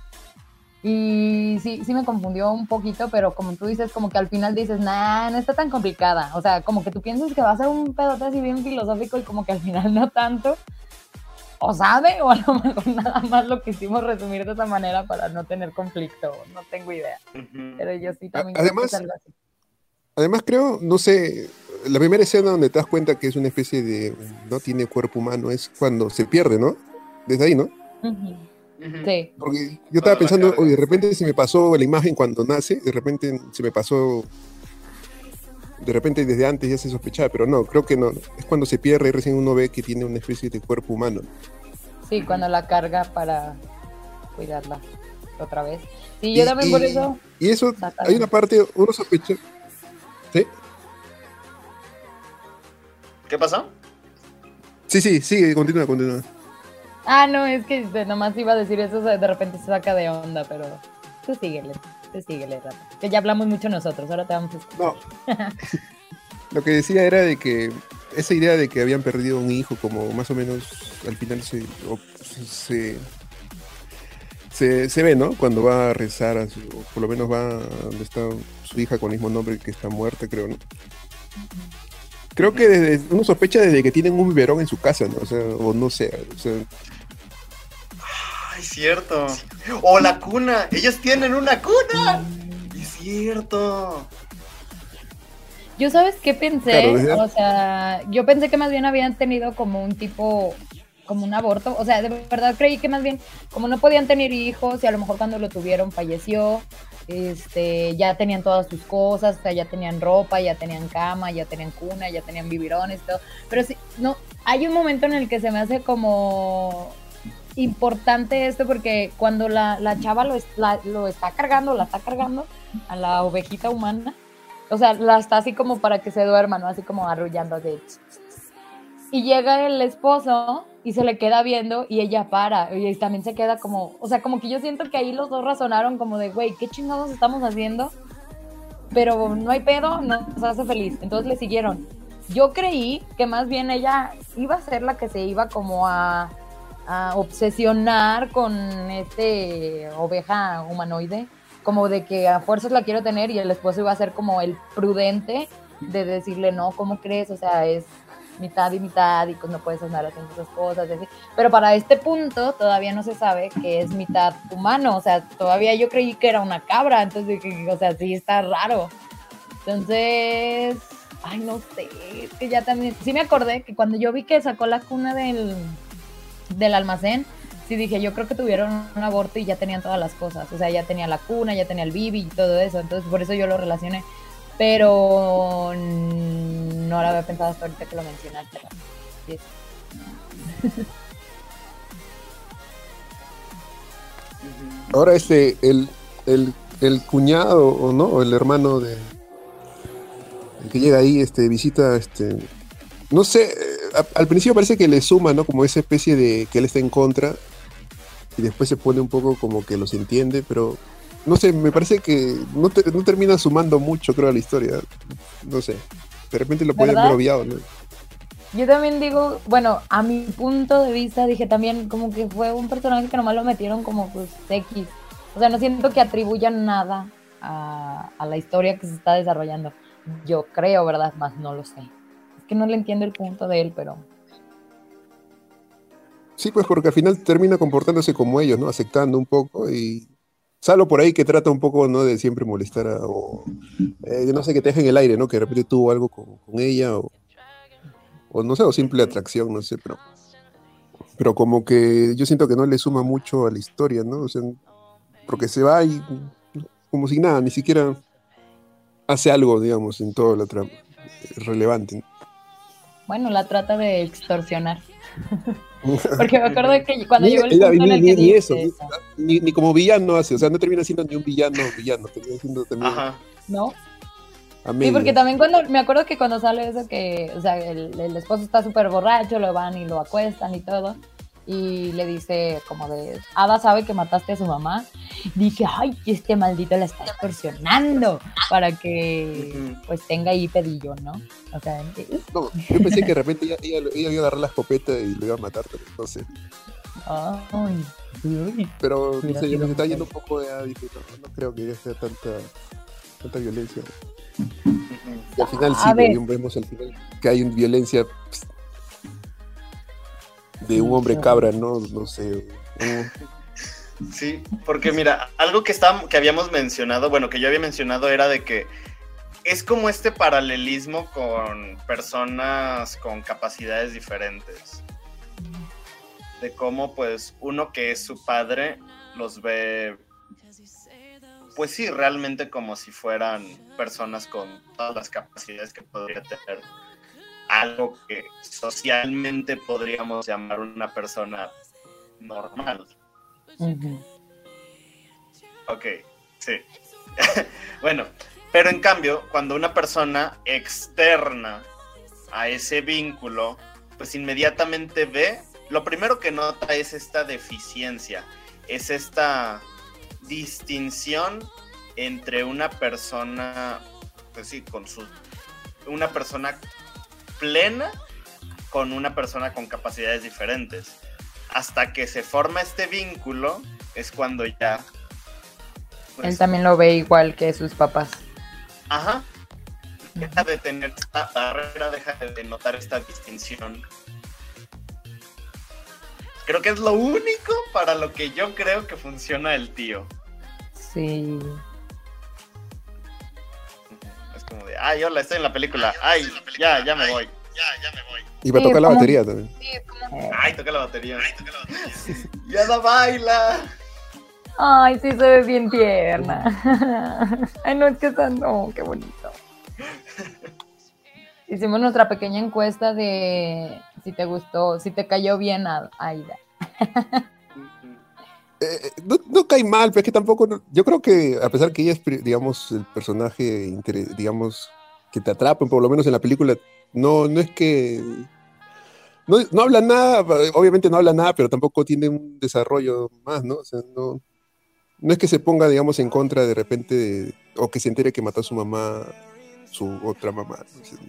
Y sí me confundió un poquito, pero como tú dices, como que al final dices, nah, no está tan complicada. O sea, como que tú piensas que va a ser un pedote así bien filosófico y como que al final no tanto. O sabe, o a lo mejor nada más lo quisimos resumir de esa manera para no tener conflicto. No tengo idea. Pero yo sí también creo que es algo así. Además creo, no sé, la primera escena donde te das cuenta que es una especie de, no tiene cuerpo humano, es cuando se pierde, ¿no? Desde ahí, ¿no? Sí. Porque yo estaba pensando, oye, de repente se me pasó la imagen cuando nace, de repente se me pasó, de repente desde antes ya se sospechaba, pero no, creo que no, es cuando se pierde y recién uno ve que tiene una especie de cuerpo humano. Sí, cuando la carga para cuidarla otra vez. Sí, yo también por eso. Y eso, hay una parte, uno sospecha. ¿Sí? ¿Qué pasó? Sí, continúa. No, es que nomás iba a decir eso, de repente se saca de onda, pero tú síguele, Rafa. Que ya hablamos mucho nosotros, ahora te vamos a escuchar. No. Lo que decía era de que esa idea de que habían perdido un hijo, como más o menos al final se ve, ¿no? Cuando va a rezar, o por lo menos va a donde está su hija con el mismo nombre que está muerta, creo, ¿no? Creo que uno sospecha desde que tienen un biberón en su casa, ¿no? O sea, o no sé, o sea... Ay, cierto. O la cuna. Ellos tienen una cuna. Es cierto. Yo, ¿sabes qué pensé? Claro, o sea, yo pensé que más bien habían tenido como un tipo, como un aborto. O sea, de verdad creí que más bien, como no podían tener hijos y a lo mejor cuando lo tuvieron falleció, ya tenían todas sus cosas, o sea, ya tenían ropa, ya tenían cama, ya tenían cuna, ya tenían biberones, todo. Pero sí, no, hay un momento en el que se me hace como importante esto, porque cuando la chava lo está cargando, la está cargando a la ovejita humana, o sea, la está así como para que se duerma, ¿no? Así como arrullando así. Y llega el esposo y se le queda viendo y ella para. Y también se queda como... O sea, como que yo siento que ahí los dos razonaron como de, güey, ¿qué chingados estamos haciendo? Pero no hay pedo, nos hace feliz. Entonces le siguieron. Yo creí que más bien ella iba a ser la que se iba como a obsesionar con oveja humanoide, como de que a fuerzas la quiero tener, y el esposo iba a ser como el prudente de decirle, no, ¿cómo crees? O sea, es mitad y mitad y pues no puedes andar haciendo esas cosas, así. Pero para este punto todavía no se sabe que es mitad humano, o sea, todavía yo creí que era una cabra, entonces, o sea, sí está raro. Entonces, Ay, no sé, es que ya también, sí me acordé que cuando yo vi que sacó la cuna del almacén, sí dije, yo creo que tuvieron un aborto y ya tenían todas las cosas, o sea, ya tenía la cuna, ya tenía el bibi y todo eso, entonces por eso yo lo relacioné, pero no lo había pensado hasta ahorita que lo mencionaste. Sí, Ahora el cuñado o no, o el hermano de el que llega ahí, visita, no sé, al principio parece que le suma, ¿no? Como esa especie de que él está en contra y después se pone un poco como que los entiende, pero no sé, me parece que no termina sumando mucho, creo, a la historia. No sé, de repente lo pueden ¿verdad? haber obviado, ¿no? Yo también digo, bueno, a mi punto de vista dije también como que fue un personaje que nomás lo metieron como pues X. O sea, no siento que atribuyan nada a la historia que se está desarrollando. Yo creo, ¿verdad? Más no lo sé. Es que no le entiendo el punto de él, pero... Sí, pues porque al final termina comportándose como ellos, ¿no? Aceptando un poco y salvo por ahí que trata un poco, ¿no? De siempre molestar o no sé, que te deja en el aire, ¿no? Que de repente tuvo algo con ella o no sé, o simple atracción, no sé, pero como que yo siento que no le suma mucho a la historia, ¿no? O sea, porque se va y como si nada, ni siquiera hace algo, digamos, en toda la trama relevante. Bueno, la trata de extorsionar. Porque me acuerdo de que cuando Ni, llegó el punto en el que ni eso, dice ni como villano hace, o sea, no termina siendo ni un villano, termina siendo también Ajá. ¿no? a Sí, porque medias. también me acuerdo que cuando sale eso que, o sea, el esposo está súper borracho, lo van y lo acuestan y todo, y le dice como de, Ada sabe que mataste a su mamá, dije, ay, este maldito la está extorsionando para que pues tenga ahí pedillo, ¿no? O sea, No, yo pensé que de repente ella iba a agarrar la escopeta y lo iba a matar, pero no sé. ay, Pero no Hubiera sé, yo sido me está mujer. yendo un poco de dije, no creo que sea tanta violencia. Y al final sí, A ver, vemos al final que hay violencia de un sí, hombre qué cabra, horrible. no sé. Sí, porque mira, algo que habíamos mencionado, bueno, que yo había mencionado era de que es como este paralelismo con personas con capacidades diferentes. De cómo, pues, uno que es su padre los ve, pues sí, realmente como si fueran personas con todas las capacidades que podría tener algo que socialmente podríamos llamar una persona normal. Ujú. Ok, sí. Bueno, pero en cambio, cuando una persona externa a ese vínculo, pues inmediatamente ve, lo primero que nota es esta deficiencia, es esta distinción entre una persona, pues sí, una persona plena con una persona con capacidades diferentes. Hasta que se forma este vínculo, es cuando ya... pues, Él también lo ve igual que sus papás. ajá. Deja de tener esta barrera, deja de notar esta distinción. Creo que es lo único para lo que yo creo que funciona el tío. Sí. Es como de, ay, hola, estoy en la película. Ay, ya me voy. Y va a Sí, tocar la como- batería también. Ay, toca la batería. Ya la baila. Ay, sí se ve bien tierna. Ay, no, es que está, no, qué bonito. Hicimos nuestra pequeña encuesta de si te gustó, si te cayó bien a Aida. No cae mal, pero es que tampoco, yo creo que a pesar que ella es, digamos, el personaje, digamos, que te atrapa, por lo menos en la película, no es que, no habla nada, obviamente no habla nada, pero tampoco tiene un desarrollo más, ¿no? O sea, no es que se ponga, digamos, en contra de repente, o que se entere que mató a su mamá, su otra mamá, ¿no? O sea,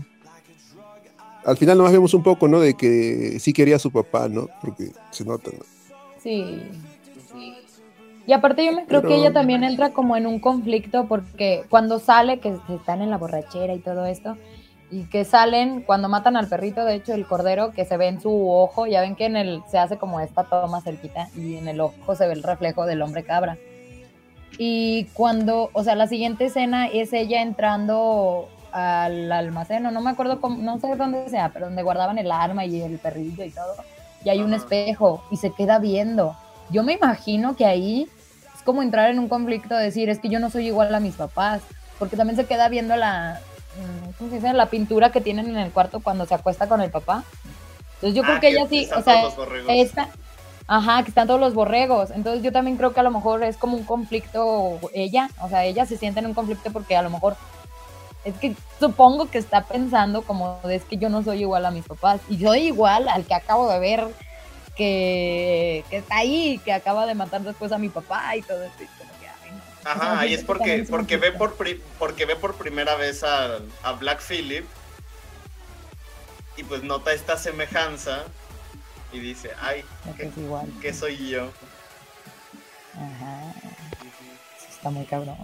al final nomás vemos un poco, ¿no? De que sí quería a su papá, ¿no? Porque se nota, ¿no? Sí. Y aparte yo me creo que Pero ella también entra como en un conflicto porque cuando sale, que están en la borrachera y todo esto, y que salen cuando matan al perrito, de hecho el cordero, que se ve en su ojo, ya ven que se hace como esta toma cerquita y en el ojo se ve el reflejo del hombre cabra. Y cuando, o sea, la siguiente escena es ella entrando al almacén, o no me acuerdo cómo, no sé dónde sea, pero donde guardaban el arma y el perrillo y todo, y hay un espejo y se queda viendo. Yo me imagino que ahí es como entrar en un conflicto de decir, es que yo no soy igual a mis papás, porque también se queda viendo ¿cómo se dice? La pintura que tienen en el cuarto cuando se acuesta con el papá. Entonces yo creo que ella sí, o sea, que están todos los borregos. Entonces yo también creo que a lo mejor es como un conflicto ella se siente en un conflicto porque a lo mejor es que supongo que está pensando como es que yo no soy igual a mis papás y soy igual al que acabo de ver que está ahí, que acaba de matar después a mi papá y todo esto. Y como que, ay, no. Ajá, y es porque ve por primera vez a Black Phillip y pues nota esta semejanza y dice, ay, ¿qué soy yo? Ajá, está muy cabrón.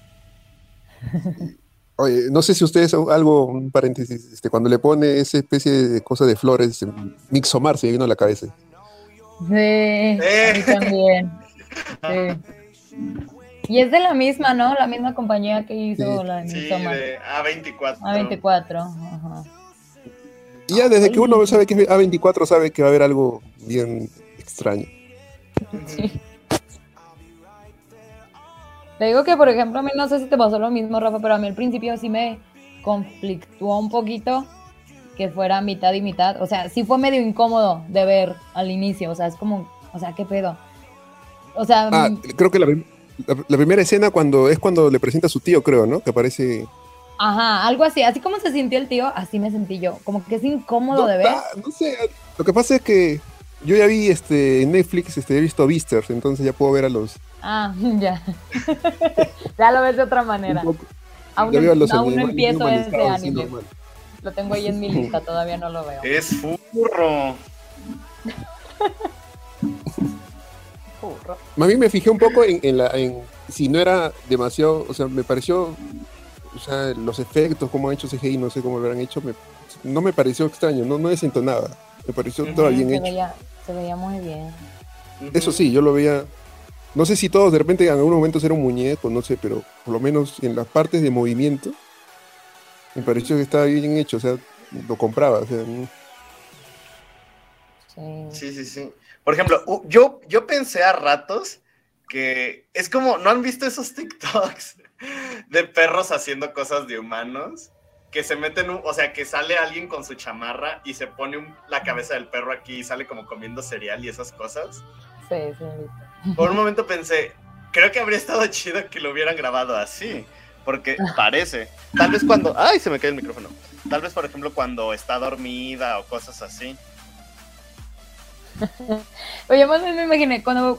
Oye, no sé si ustedes, un paréntesis, cuando le pone esa especie de cosa de flores, Mixomar se vino a la cabeza. Sí, a mí también. Sí. Y es de la misma, ¿no? La misma compañía que hizo la de Midsommar. De A24. A24, ajá. Y ya desde que uno sabe que es A24, sabe que va a haber algo bien extraño. Sí. Te digo que, por ejemplo, a mí no sé si te pasó lo mismo, Rafa, pero a mí al principio sí me conflictuó un poquito que fuera mitad y mitad. O sea, sí fue medio incómodo de ver al inicio. O sea, es como, o sea, ¿qué pedo? O sea... creo que la primera escena cuando le presenta a su tío, creo, ¿no? Que aparece... Ajá, algo así. Así como se sintió el tío, así me sentí yo. Como que es incómodo de ver. No sé, lo que pasa es que yo ya vi en Netflix, he visto Beastars, entonces ya puedo ver a los... Ah, ya. Ya lo ves de otra manera. Aún no empiezo ese anime. Lo tengo ahí en mi lista, todavía no lo veo. Es furro. A mí me fijé un poco en si no era demasiado, o sea, me pareció, o sea, los efectos, cómo han hecho CGI, no sé cómo lo habrán hecho, no me pareció extraño, no desentonaba, me pareció todo bien hecho. Se veía muy bien. Eso sí, yo lo veía, no sé si todos de repente en algún momento era un muñeco, no sé, pero por lo menos en las partes de movimiento, me pareció que estaba bien hecho, o sea, lo compraba, o sea... Sí. Por ejemplo, yo pensé a ratos que es como, ¿no han visto esos TikToks de perros haciendo cosas de humanos? Que se meten, o sea, que sale alguien con su chamarra y se pone la cabeza del perro aquí y sale como comiendo cereal y esas cosas. Sí. Por un momento pensé, creo que habría estado chido que lo hubieran grabado así, porque parece, tal vez cuando, ¡ay, se me cae el micrófono! Tal vez, por ejemplo, cuando está dormida o cosas así. Oye, más bien me imaginé cuando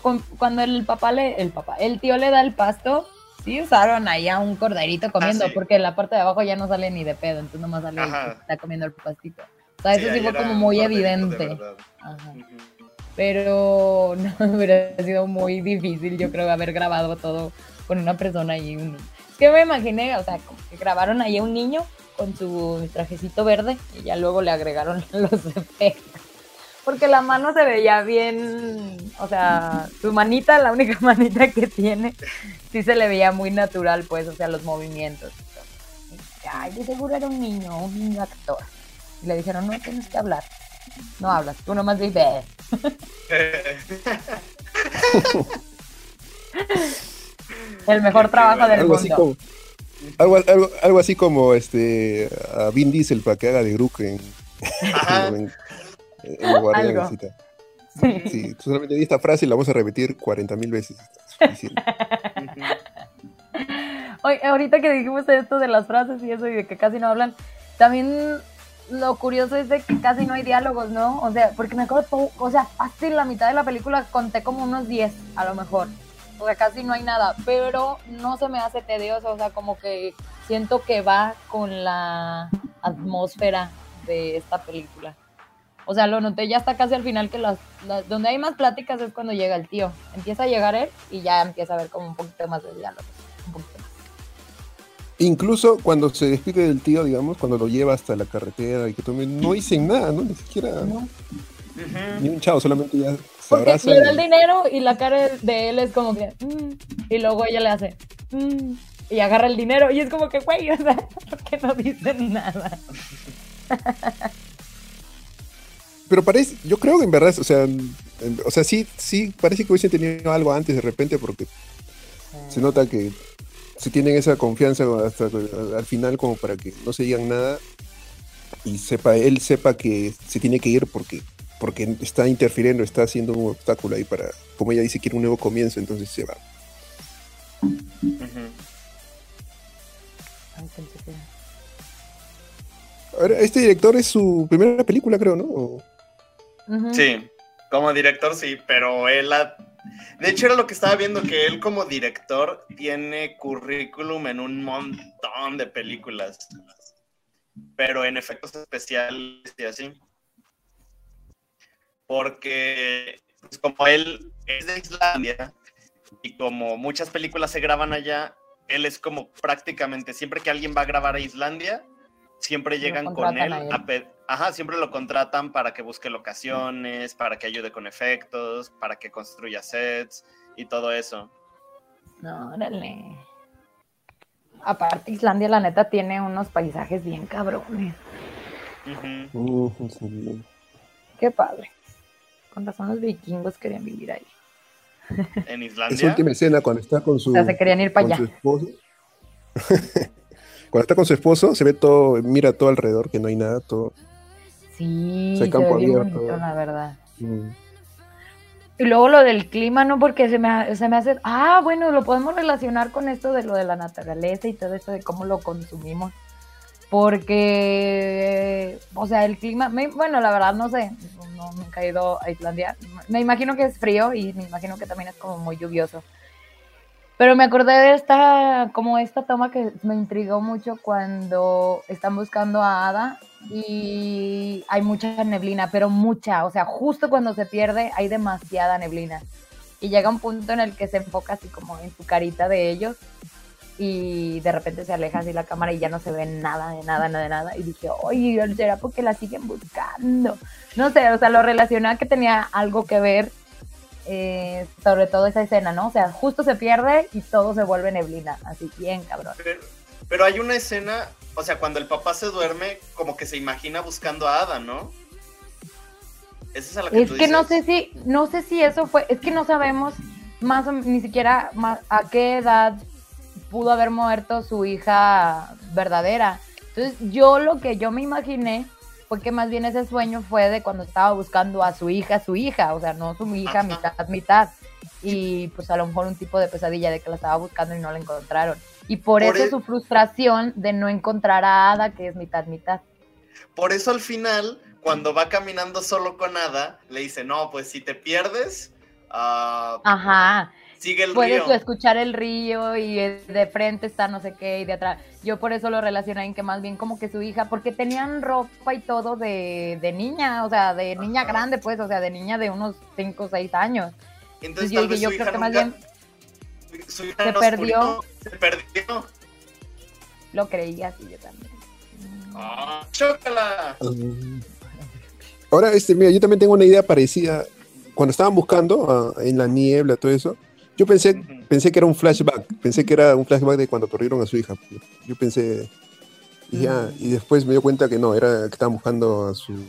el tío le da el pasto, sí usaron ahí a un corderito comiendo, porque la parte de abajo ya no sale ni de pedo, entonces nomás sale está comiendo el pastito. O sea, eso sí fue como muy evidente. Ajá. Pero no, hubiera sido muy difícil, yo creo, haber grabado todo con una persona y un niño. Es que me imaginé, o sea, como que grabaron ahí a un niño con su trajecito verde y ya luego le agregaron los efectos. Porque la mano se veía bien, o sea, su manita, la única manita que tiene, sí se le veía muy natural, pues, o sea, los movimientos. Ay, de seguro era un niño actor. Y le dijeron, no, tienes que hablar. No hablas, tú nomás vives. El mejor trabajo del mundo. Algo así como a Vin Diesel para que haga de Groot en Guardianes. Sí, solamente di esta frase y la vamos a repetir 40,000 veces. Oye, ahorita que dijimos esto de las frases y eso y de que casi no hablan, también lo curioso es de que casi no hay diálogos, ¿no? O sea, porque me acuerdo, o sea, fácil la mitad de la película conté como unos 10 a lo mejor. O sea, casi no hay nada, pero no se me hace tedioso, o sea, como que siento que va con la atmósfera de esta película. O sea, lo noté ya hasta casi al final que donde hay más pláticas es cuando llega el tío. Empieza a llegar él y ya empieza a haber como un poquito más de diálogo. Incluso cuando se despide del tío, digamos, cuando lo lleva hasta la carretera y que no dicen nada, ¿no? Ni siquiera... No. Ni un chavo, solamente ya se abraza. Le da el dinero y la cara de él es como que... y luego ella le hace... y agarra el dinero y es como que, güey, o sea, que no dicen nada. Pero parece, yo creo que en verdad, o sea, sí, parece que hubiesen tenido algo antes de repente porque se nota que se tienen esa confianza hasta al final como para que no se digan nada y él sepa que se tiene que ir porque está interfiriendo, está haciendo un obstáculo ahí para, como ella dice, quiere un nuevo comienzo, entonces se va. Ahora, este director es su primera película, creo, ¿no? Sí, como director sí, pero de hecho era lo que estaba viendo, que él como director tiene currículum en un montón de películas, pero en efectos especiales y así. Porque pues, como él es de Islandia y como muchas películas se graban allá, él es como prácticamente siempre que alguien va a grabar a Islandia, siempre llegan con él. Siempre lo contratan para que busque locaciones, para que ayude con efectos, para que construya sets y todo eso. No, órale. Aparte, Islandia, la neta, tiene unos paisajes bien cabrones. Sí. Qué padre. Con razón los vikingos querían vivir ahí. En Islandia. Esa última escena cuando está con su, o sea, se querían ir para allá. Su esposo. Cuando está con su esposo, se ve todo, mira todo alrededor, que no hay nada, todo. Sí, o sea, se campo ve bien abierto. bonito, la verdad. Y luego lo del clima, ¿no? Porque se me hace... Ah, bueno, lo podemos relacionar con esto de lo de la naturaleza y todo eso de cómo lo consumimos. Porque, o sea, el clima... Bueno, la verdad no sé, nunca he ido a Islandia. Me imagino que es frío y me imagino que también es como muy lluvioso. Pero me acordé de esta toma que me intrigó mucho cuando están buscando a Ada y hay mucha neblina, pero mucha, o sea, justo cuando se pierde hay demasiada neblina. Y llega un punto en el que se enfoca así como en su carita de ellos y de repente se aleja así la cámara y ya no se ve nada, de nada. Y dije, oye, ¿será porque la siguen buscando? No sé, o sea, lo relacioné a que tenía algo que ver. Sobre todo esa escena, ¿no? O sea, justo se pierde y todo se vuelve neblina, así bien cabrón. Pero hay una escena, o sea, cuando el papá se duerme, como que se imagina buscando a Ada, ¿no? ¿Esa es a la que tú dices? No sé si eso fue, es que no sabemos ni siquiera a qué edad pudo haber muerto su hija verdadera. Entonces, lo que yo me imaginé fue que más bien ese sueño fue de cuando estaba buscando a su hija, o sea, no su hija, mitad. Y pues a lo mejor un tipo de pesadilla de que la estaba buscando y no la encontraron. Y por eso su frustración de no encontrar a Ada, que es mitad. Por eso al final, cuando va caminando solo con Ada, le dice, no, pues si te pierdes, sigue el río. Puedes escuchar el río y de frente está no sé qué y de atrás. Yo por eso lo relacioné en que más bien como que su hija, porque tenían ropa y todo de niña, o sea, de niña grande, pues, o sea, de niña de unos 5 o 6 años. Entonces yo creo que más bien su hija se perdió. Se perdió. Lo creía así yo también. ¡Chócala! Ahora, mira, yo también tengo una idea parecida. Cuando estaban buscando en la niebla, todo eso, yo pensé que era un flashback. Pensé que era un flashback de cuando perdieron a su hija. Yo pensé, y después me dio cuenta que no, era que estaban buscando a su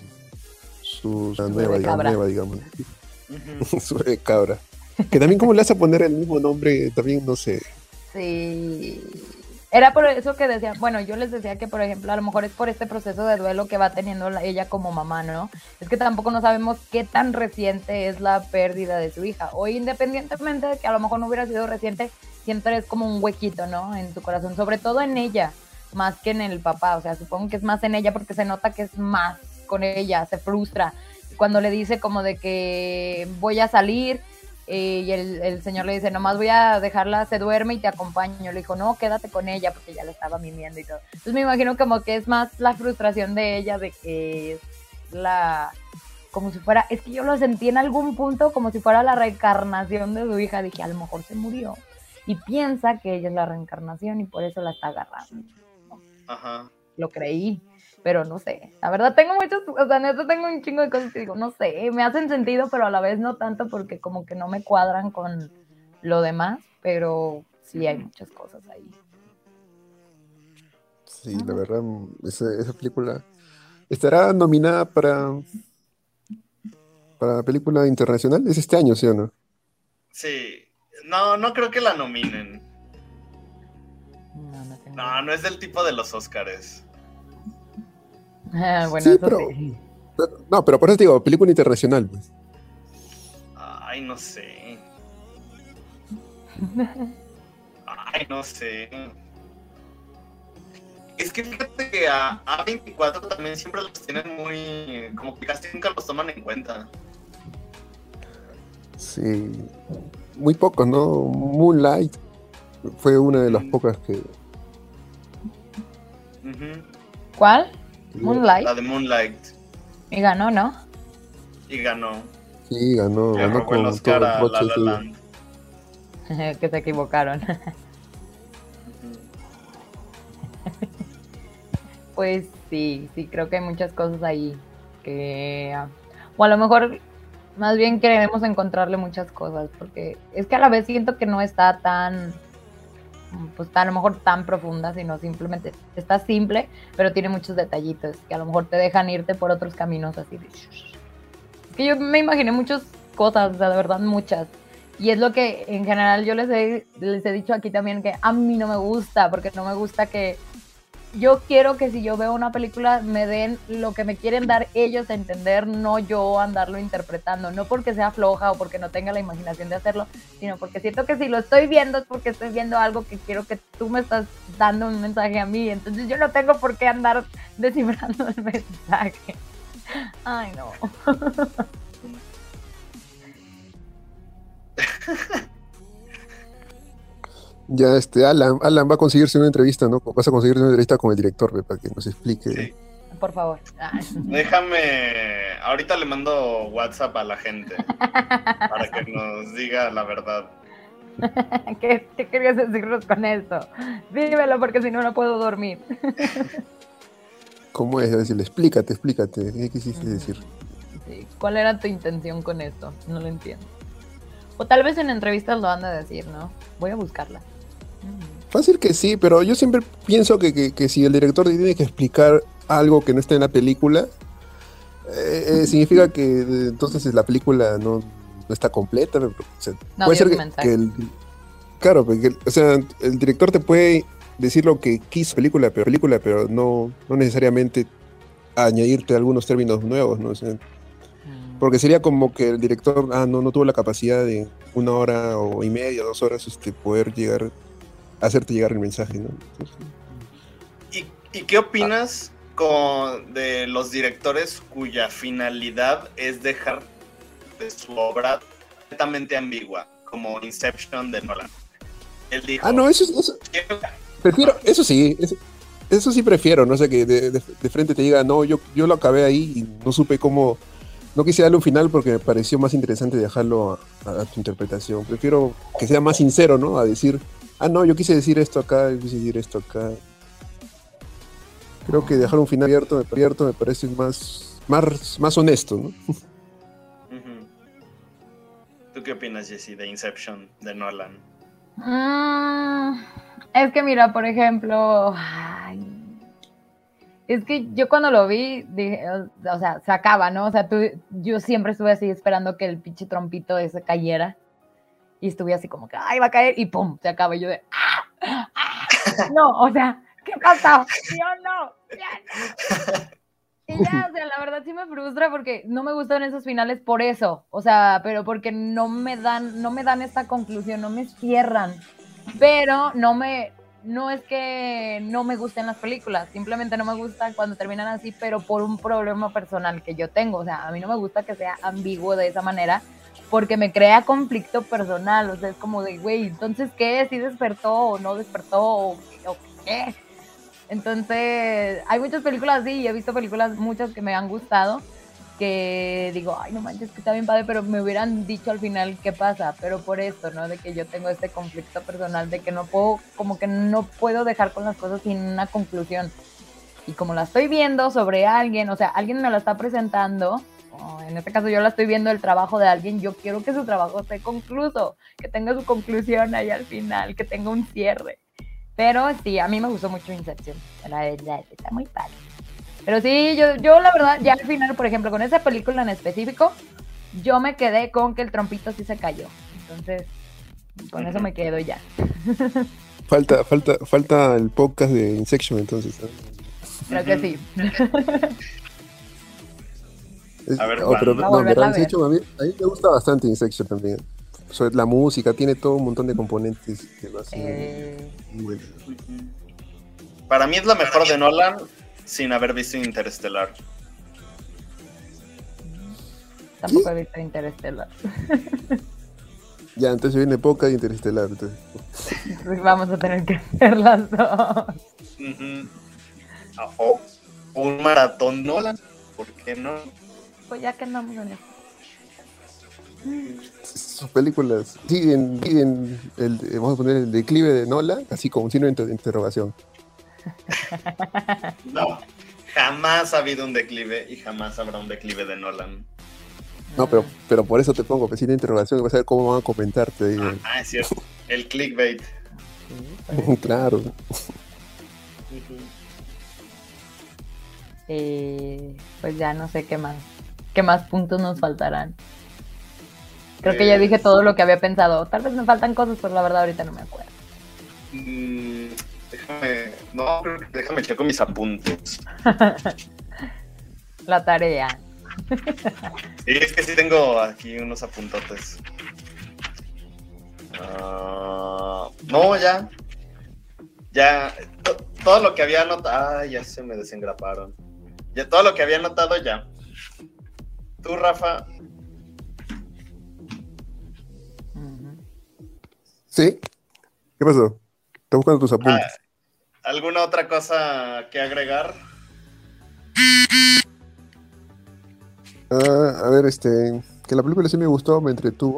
nueva, digamos. Su cabra. Que también, ¿cómo le vas a poner el mismo nombre? También, no sé. Sí. Era por eso que decía, bueno, yo les decía que, por ejemplo, a lo mejor es por este proceso de duelo que va teniendo ella como mamá, ¿no? Es que tampoco no sabemos qué tan reciente es la pérdida de su hija. O independientemente de que a lo mejor no hubiera sido reciente, siempre es como un huequito, ¿no? En su corazón, sobre todo en ella, más que en el papá. O sea, supongo que es más en ella porque se nota que es más con ella, se frustra. Cuando le dice como de que voy a salir... y el señor le dice, nomás voy a dejarla, se duerme y te acompaño. Le dijo, no, quédate con ella, porque ya le estaba mimiendo y todo. Entonces me imagino como que es más la frustración de ella, de que es como si fuera, es que yo lo sentí en algún punto como si fuera la reencarnación de su hija. Dije, a lo mejor se murió y piensa que ella es la reencarnación y por eso la está agarrando. Ajá. Lo creí, pero no sé. La verdad tengo neta tengo un chingo de cosas que digo, no sé, me hacen sentido, pero a la vez no tanto porque como que no me cuadran con lo demás, pero sí hay muchas cosas ahí. Sí, la verdad, esa película estará nominada para película internacional. Es este año, ¿sí o no? Sí. No, no creo que la nominen. No, no tengo. No es del tipo de los Óscares. Bueno, Sí, eso pero, sí. no, pero por eso te digo, película internacional, pues. Ay, no sé. Ay, no sé. Es que fíjate que a A24 también siempre los tienen muy... Como que casi nunca los toman en cuenta. Sí, muy pocos, ¿no? Moonlight fue una de las Mm. pocas que... Ujú. ¿Cuál? Moonlight. La de Moonlight. Y ganó, ¿no? Y ganó. Sí, ganó Le robó el con Oscar todo el a La broche La ese día. Land. Que se equivocaron. Ujú. Pues sí, creo que hay muchas cosas ahí que... O a lo mejor más bien queremos encontrarle muchas cosas, porque es que a la vez siento que no está tan, pues a lo mejor tan profunda, sino simplemente está simple, pero tiene muchos detallitos que a lo mejor te dejan irte por otros caminos así de... Es que yo me imaginé muchas cosas, o sea, de verdad muchas. Y es lo que en general yo les he dicho aquí también, que a mí no me gusta, porque no me gusta que... Yo quiero que si yo veo una película me den lo que me quieren dar ellos a entender, no yo andarlo interpretando, no porque sea floja o porque no tenga la imaginación de hacerlo, sino porque siento que si lo estoy viendo es porque estoy viendo algo que quiero que tú me estás dando un mensaje a mí, entonces yo no tengo por qué andar descifrando el mensaje. Ay, no. Ya, Alan va a conseguirse una entrevista, ¿no? Vas a conseguirse una entrevista con el director, ve, para que nos explique. Sí. Por favor. Ay. Déjame... Ahorita le mando WhatsApp a la gente para que nos diga la verdad. ¿Qué querías decirnos con esto? Dímelo porque si no, no puedo dormir. ¿Cómo es? A decirle, explícate, ¿qué quisiste decir? Sí. ¿Cuál era tu intención con esto? No lo entiendo. O tal vez en entrevistas lo han de decir, ¿no? Voy a buscarla. Fácil que sí, pero yo siempre pienso que si el director tiene que explicar algo que no está en la película, significa que entonces la película no está completa. O sea, No puede dio ser su mensaje. claro, porque, o sea, el director te puede decir lo que quiso película, pero no necesariamente añadirte algunos términos nuevos, ¿no? O sea, porque sería como que el director no tuvo la capacidad de 1 hora o y media, 2 horas, poder hacerte llegar el mensaje, ¿no? Entonces, ¿Y qué opinas de los directores cuya finalidad es dejar de su obra completamente ambigua, como Inception de Nolan? Él dijo... no, eso prefiero, eso sí prefiero, no sé, que de frente te diga, no, yo lo acabé ahí y no supe cómo, no quise darle un final porque me pareció más interesante dejarlo a tu interpretación. Prefiero que sea más sincero, ¿no? A decir, no, yo quise decir esto acá, yo quise decir esto acá. Creo que dejar un final abierto me parece más honesto, ¿no? Ujú. ¿Tú qué opinas, Jessie, de Inception de Nolan? Es que mira, por ejemplo, es que yo cuando lo vi, dije, o sea, se acaba, ¿no? O sea, yo siempre estuve así esperando que el pinche trompito ese cayera y estuve así como que, va a caer y ¡pum! Se acaba y yo de, no, o sea, ¿qué pasa? ¿Sí o no? ¡Ya! Y ya, o sea, la verdad sí me frustra porque no me gustan esos finales por eso, o sea, pero porque no me dan esta conclusión, no me cierran, pero no es que no me gusten las películas, simplemente no me gustan cuando terminan así, pero por un problema personal que yo tengo, o sea, a mí no me gusta que sea ambiguo de esa manera, porque me crea conflicto personal, o sea, es como de, güey, entonces, ¿qué? ¿Sí despertó o no despertó o qué? Entonces, hay muchas películas así, y he visto muchas que me han gustado, que digo, ay, no manches, que está bien padre, pero me hubieran dicho al final qué pasa, pero por esto, ¿no? De que yo tengo este conflicto personal, de que no puedo dejar con las cosas sin una conclusión. Y como la estoy viendo sobre alguien, o sea, alguien me la está presentando, o en este caso yo la estoy viendo el trabajo de alguien, yo quiero que su trabajo esté concluso, que tenga su conclusión ahí al final, que tenga un cierre. Pero sí, a mí me gustó mucho Inception. La verdad, está muy padre. Pero sí, yo la verdad, ya al final, por ejemplo, con esa película en específico, yo me quedé con que el trompito sí se cayó. Entonces, con eso me quedo ya. Falta el podcast de Inception, entonces, ¿no? Creo que sí. A ver, pero ¿cuándo? no, volverla verdad, a ver. Inception, a mí me gusta bastante Inception también. Sobre la música, tiene todo un montón de componentes que lo hacen muy bueno. Para mí es la mejor de Nolan sin haber visto Interestelar. Tampoco he visto Interstellar. Ya, entonces viene Poca y Interestelar. Entonces. Vamos a tener que hacer las dos. O un maratón Nolan, ¿por qué no? Pues ya que andamos en eso. Sus películas siguen vamos a poner el declive de Nolan, así como un signo de interrogación. No, jamás ha habido un declive y jamás habrá un declive de Nolan. No, pero por eso te pongo, pues, signo de interrogación, vas a ver cómo van a comentar, te digo. Ah, es cierto. El clickbait. Claro. Pues ya no sé qué más. ¿Qué más puntos nos faltarán? Creo que ya dije todo lo que había pensado. Tal vez me faltan cosas, pero la verdad ahorita no me acuerdo. Déjame checo mis apuntes. La tarea. Sí, es que sí tengo aquí unos apuntotes. No, ya. Ya. Todo lo que había anotado. Ay, ya se me desengraparon. Ya todo lo que había anotado ya. Tú, Rafa. ¿Sí? ¿Qué pasó? Estás buscando tus apuntes. ¿Alguna otra cosa que agregar? A ver, que la película sí me gustó, me entretuvo.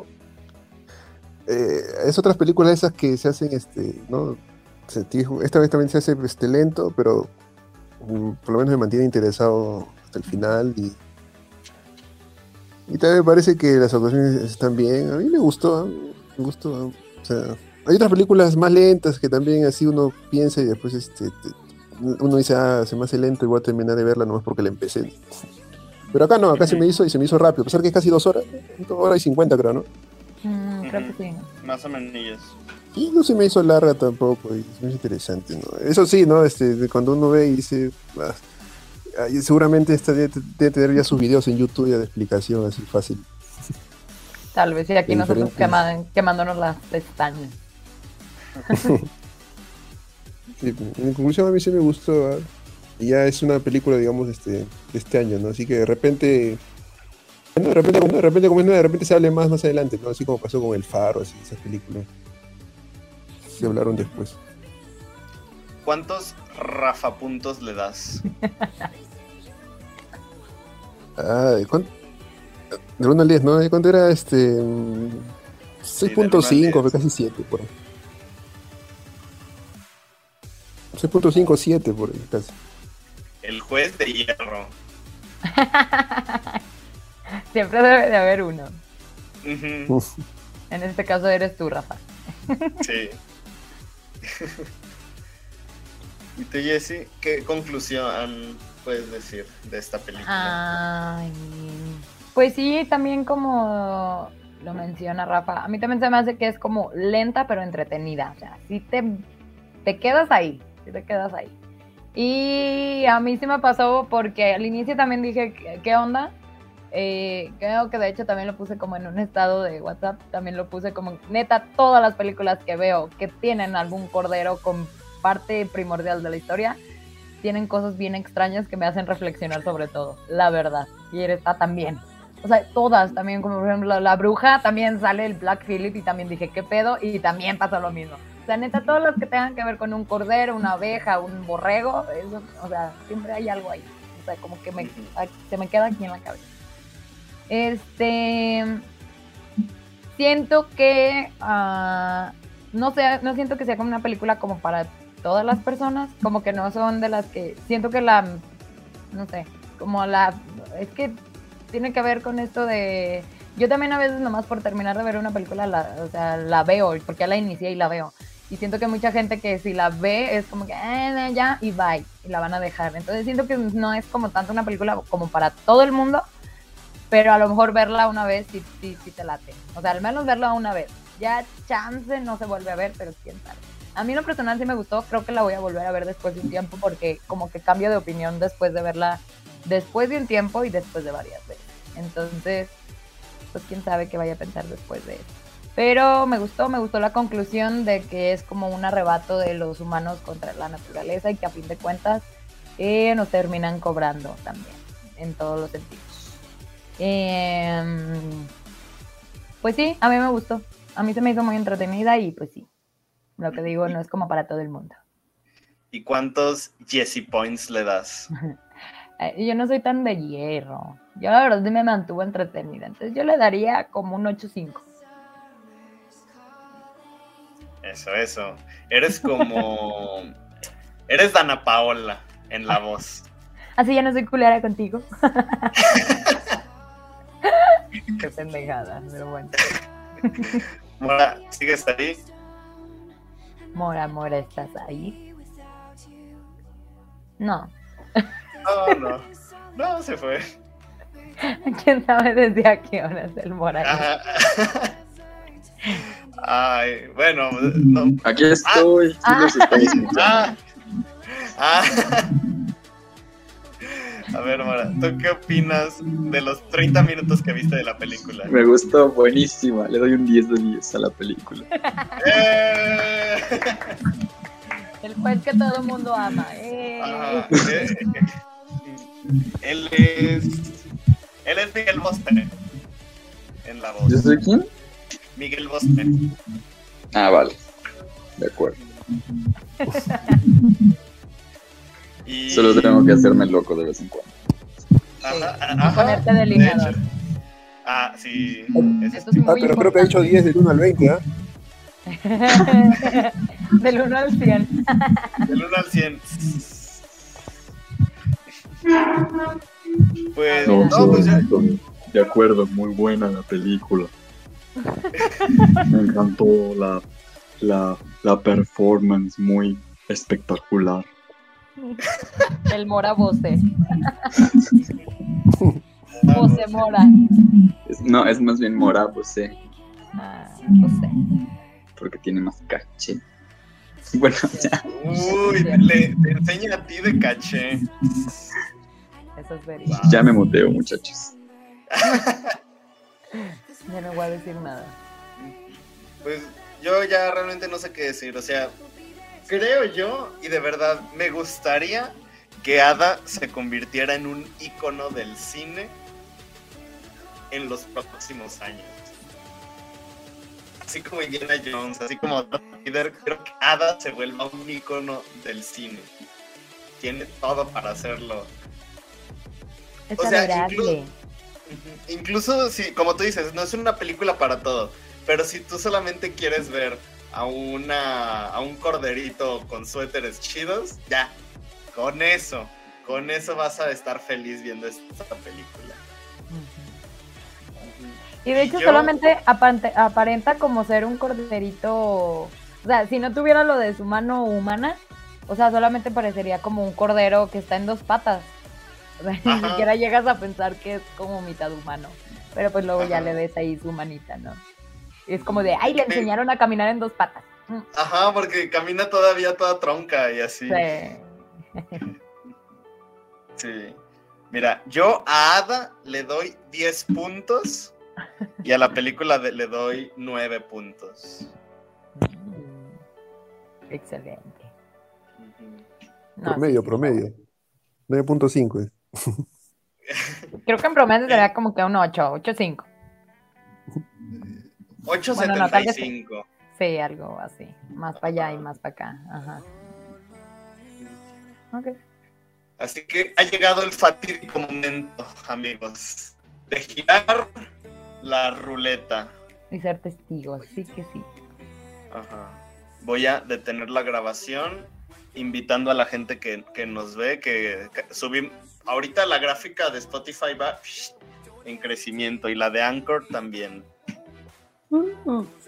Es otras películas esas que se hacen, ¿no? Esta vez también se hace lento, pero por lo menos me mantiene interesado hasta el final y también me parece que las actuaciones están bien. A mí me gustó, me gustó. O sea, hay otras películas más lentas que también así uno piensa y después uno dice, se me hace lento y voy a terminar de verla nomás porque la empecé. Pero acá no, acá se me hizo rápido, a pesar que es casi 2 horas, 2 horas y 50 creo, ¿no? Creo que sí. Más o menos. Y no se me hizo larga tampoco, y se me hizo interesante, ¿no? Eso sí, ¿no? Cuando uno ve y dice, seguramente debe tener ya sus videos en YouTube ya de explicación así fácil. Tal vez, y aquí De nosotros diferentes- quemándonos las pestañas. Sí, en conclusión a mí sí me gustó, ¿ah? Y ya es una película, digamos, de este año, ¿no? Así que de repente como es nueva, de repente se hable más adelante, ¿no? Así como pasó con El Faro, así, esas películas. Se hablaron después. ¿Cuántos Rafa puntos le das? De 1 al 10, ¿no? ¿Cuánto era? 6.5, del 1 al 10. casi 7 por ahí. 6.5, 7 por ahí, casi. El juez de hierro. Siempre debe de haber uno. Ujú, En este caso eres tú, Rafa. sí. ¿Y tú, Jessy, qué conclusión puedes decir de esta película? Ay, pues sí, también como lo menciona Rafa, a mí también se me hace que es como lenta pero entretenida, o sea, sí te quedas ahí, sí te quedas ahí. Y a mí sí me pasó porque al inicio también dije, ¿qué onda? Creo que de hecho también lo puse como en un estado de WhatsApp, también lo puse como, neta, todas las películas que veo que tienen algún cordero con parte primordial de la historia, tienen cosas bien extrañas que me hacen reflexionar sobre todo, la verdad, y esta también. O sea, todas también, como por ejemplo la bruja, también sale el Black Phillip y también dije, ¿qué pedo? Y también pasa lo mismo. O sea, neta, todas las que tengan que ver con un cordero, una abeja, un borrego, eso, o sea, siempre hay algo ahí. O sea, como que se me queda aquí en la cabeza. Siento que, no siento que sea como una película como para todas las personas, como que no son de las que, siento que no sé, es que tiene que ver con esto de, yo también a veces nomás por terminar de ver una película, o sea, la veo, porque ya la inicié y la veo, Y siento que mucha gente que si la ve es como que ya y bye, y la van a dejar. Entonces siento que no es como tanto una película como para todo el mundo, pero a lo mejor verla una vez sí te late. O sea, al menos verla una vez. Ya chance no se vuelve a ver, pero quién sabe. A mí en lo personal sí me gustó, creo que la voy a volver a ver después de un tiempo porque como que cambio de opinión después de verla después de un tiempo y después de varias veces. Entonces, pues quién sabe qué vaya a pensar después de eso. Pero me gustó la conclusión de que es como un arrebato de los humanos contra la naturaleza y que a fin de cuentas nos terminan cobrando también, en todos los sentidos. Pues sí, a mí me gustó. A mí se me hizo muy entretenida y pues sí, lo que digo no es como para todo el mundo. ¿Y cuántos Jessie Points le das? Yo no soy tan de hierro. Yo la verdad me mantuvo entretenida. Entonces yo le daría como un 8.5. Eso. Eres como... Eres Dana Paola en la voz. Así ya no soy culera contigo. Qué pendejada, pero bueno. Mora, ¿sigues ahí? Mora, ¿estás ahí? No. No, se fue. ¿Quién sabe desde a qué horas el Mora? Ay, bueno, no. Aquí estoy. Sí los estoy escuchando. A ver, Mora, ¿tú qué opinas de los 30 minutos que viste de la película? Me gustó, buenísima. Le doy un 10 de 10 a la película. El juez que todo el mundo ama. Él es Miguel Bosé en la voz. ¿Yo soy quién? Miguel Bosé. Ah, vale. De acuerdo. Y... Solo tengo que hacerme loco de vez en cuando. Ajá, ponerte delineador. Sí. Eso es muy pero creo que ha hecho 10 del 1 al 20, ¿ah? Del 1 al 100. Del 1 al 100. Pues, pues ya. De acuerdo, muy buena la película. Me encantó la performance, muy espectacular. El Mora Bosé. Bosé Mora. No, es más bien Mora Bosé. Bosé. Porque tiene más caché. Bueno, ya. Uy, te enseña a ti de caché. Eso es verídico. Ya me muteo, muchachos. Ya no voy a decir nada. Pues yo ya realmente no sé qué decir. O sea, creo yo, y de verdad me gustaría que Ada se convirtiera en un ícono del cine en los próximos años. Así como Indiana Jones, así como Darth Vader, creo que Ada se vuelva un ícono del cine. Tiene todo para hacerlo. Es O sea, adorable. Incluso si, como tú dices, no es una película para todo, pero si tú solamente quieres ver a un corderito con suéteres chidos, ya, con eso vas a estar feliz viendo esta película. Y de hecho solamente aparenta como ser un corderito, o sea, si no tuviera lo de su mano humana, o sea, solamente parecería como un cordero que está en dos patas. O sea, ni siquiera llegas a pensar que es como mitad humano. Pero pues luego ya le ves ahí su manita, ¿no? Y es como de, ay, le enseñaron a caminar en dos patas. Ajá, porque camina todavía toda tronca y así. Sí. Mira, yo a Ada le doy 10 puntos y a la película le doy 9 puntos. Excelente. Promedio. 9.5 Creo que en promedio sería como que un 8.5. 8.75. Bueno, sí, algo así. Más para allá y más para acá. Ajá. Ok. Así que ha llegado el fatídico momento, amigos, de girar la ruleta. Y ser testigos, sí que sí. Ajá. Voy a detener la grabación, invitando a la gente que nos ve, que subimos. Ahorita la gráfica de Spotify va en crecimiento y la de Anchor también.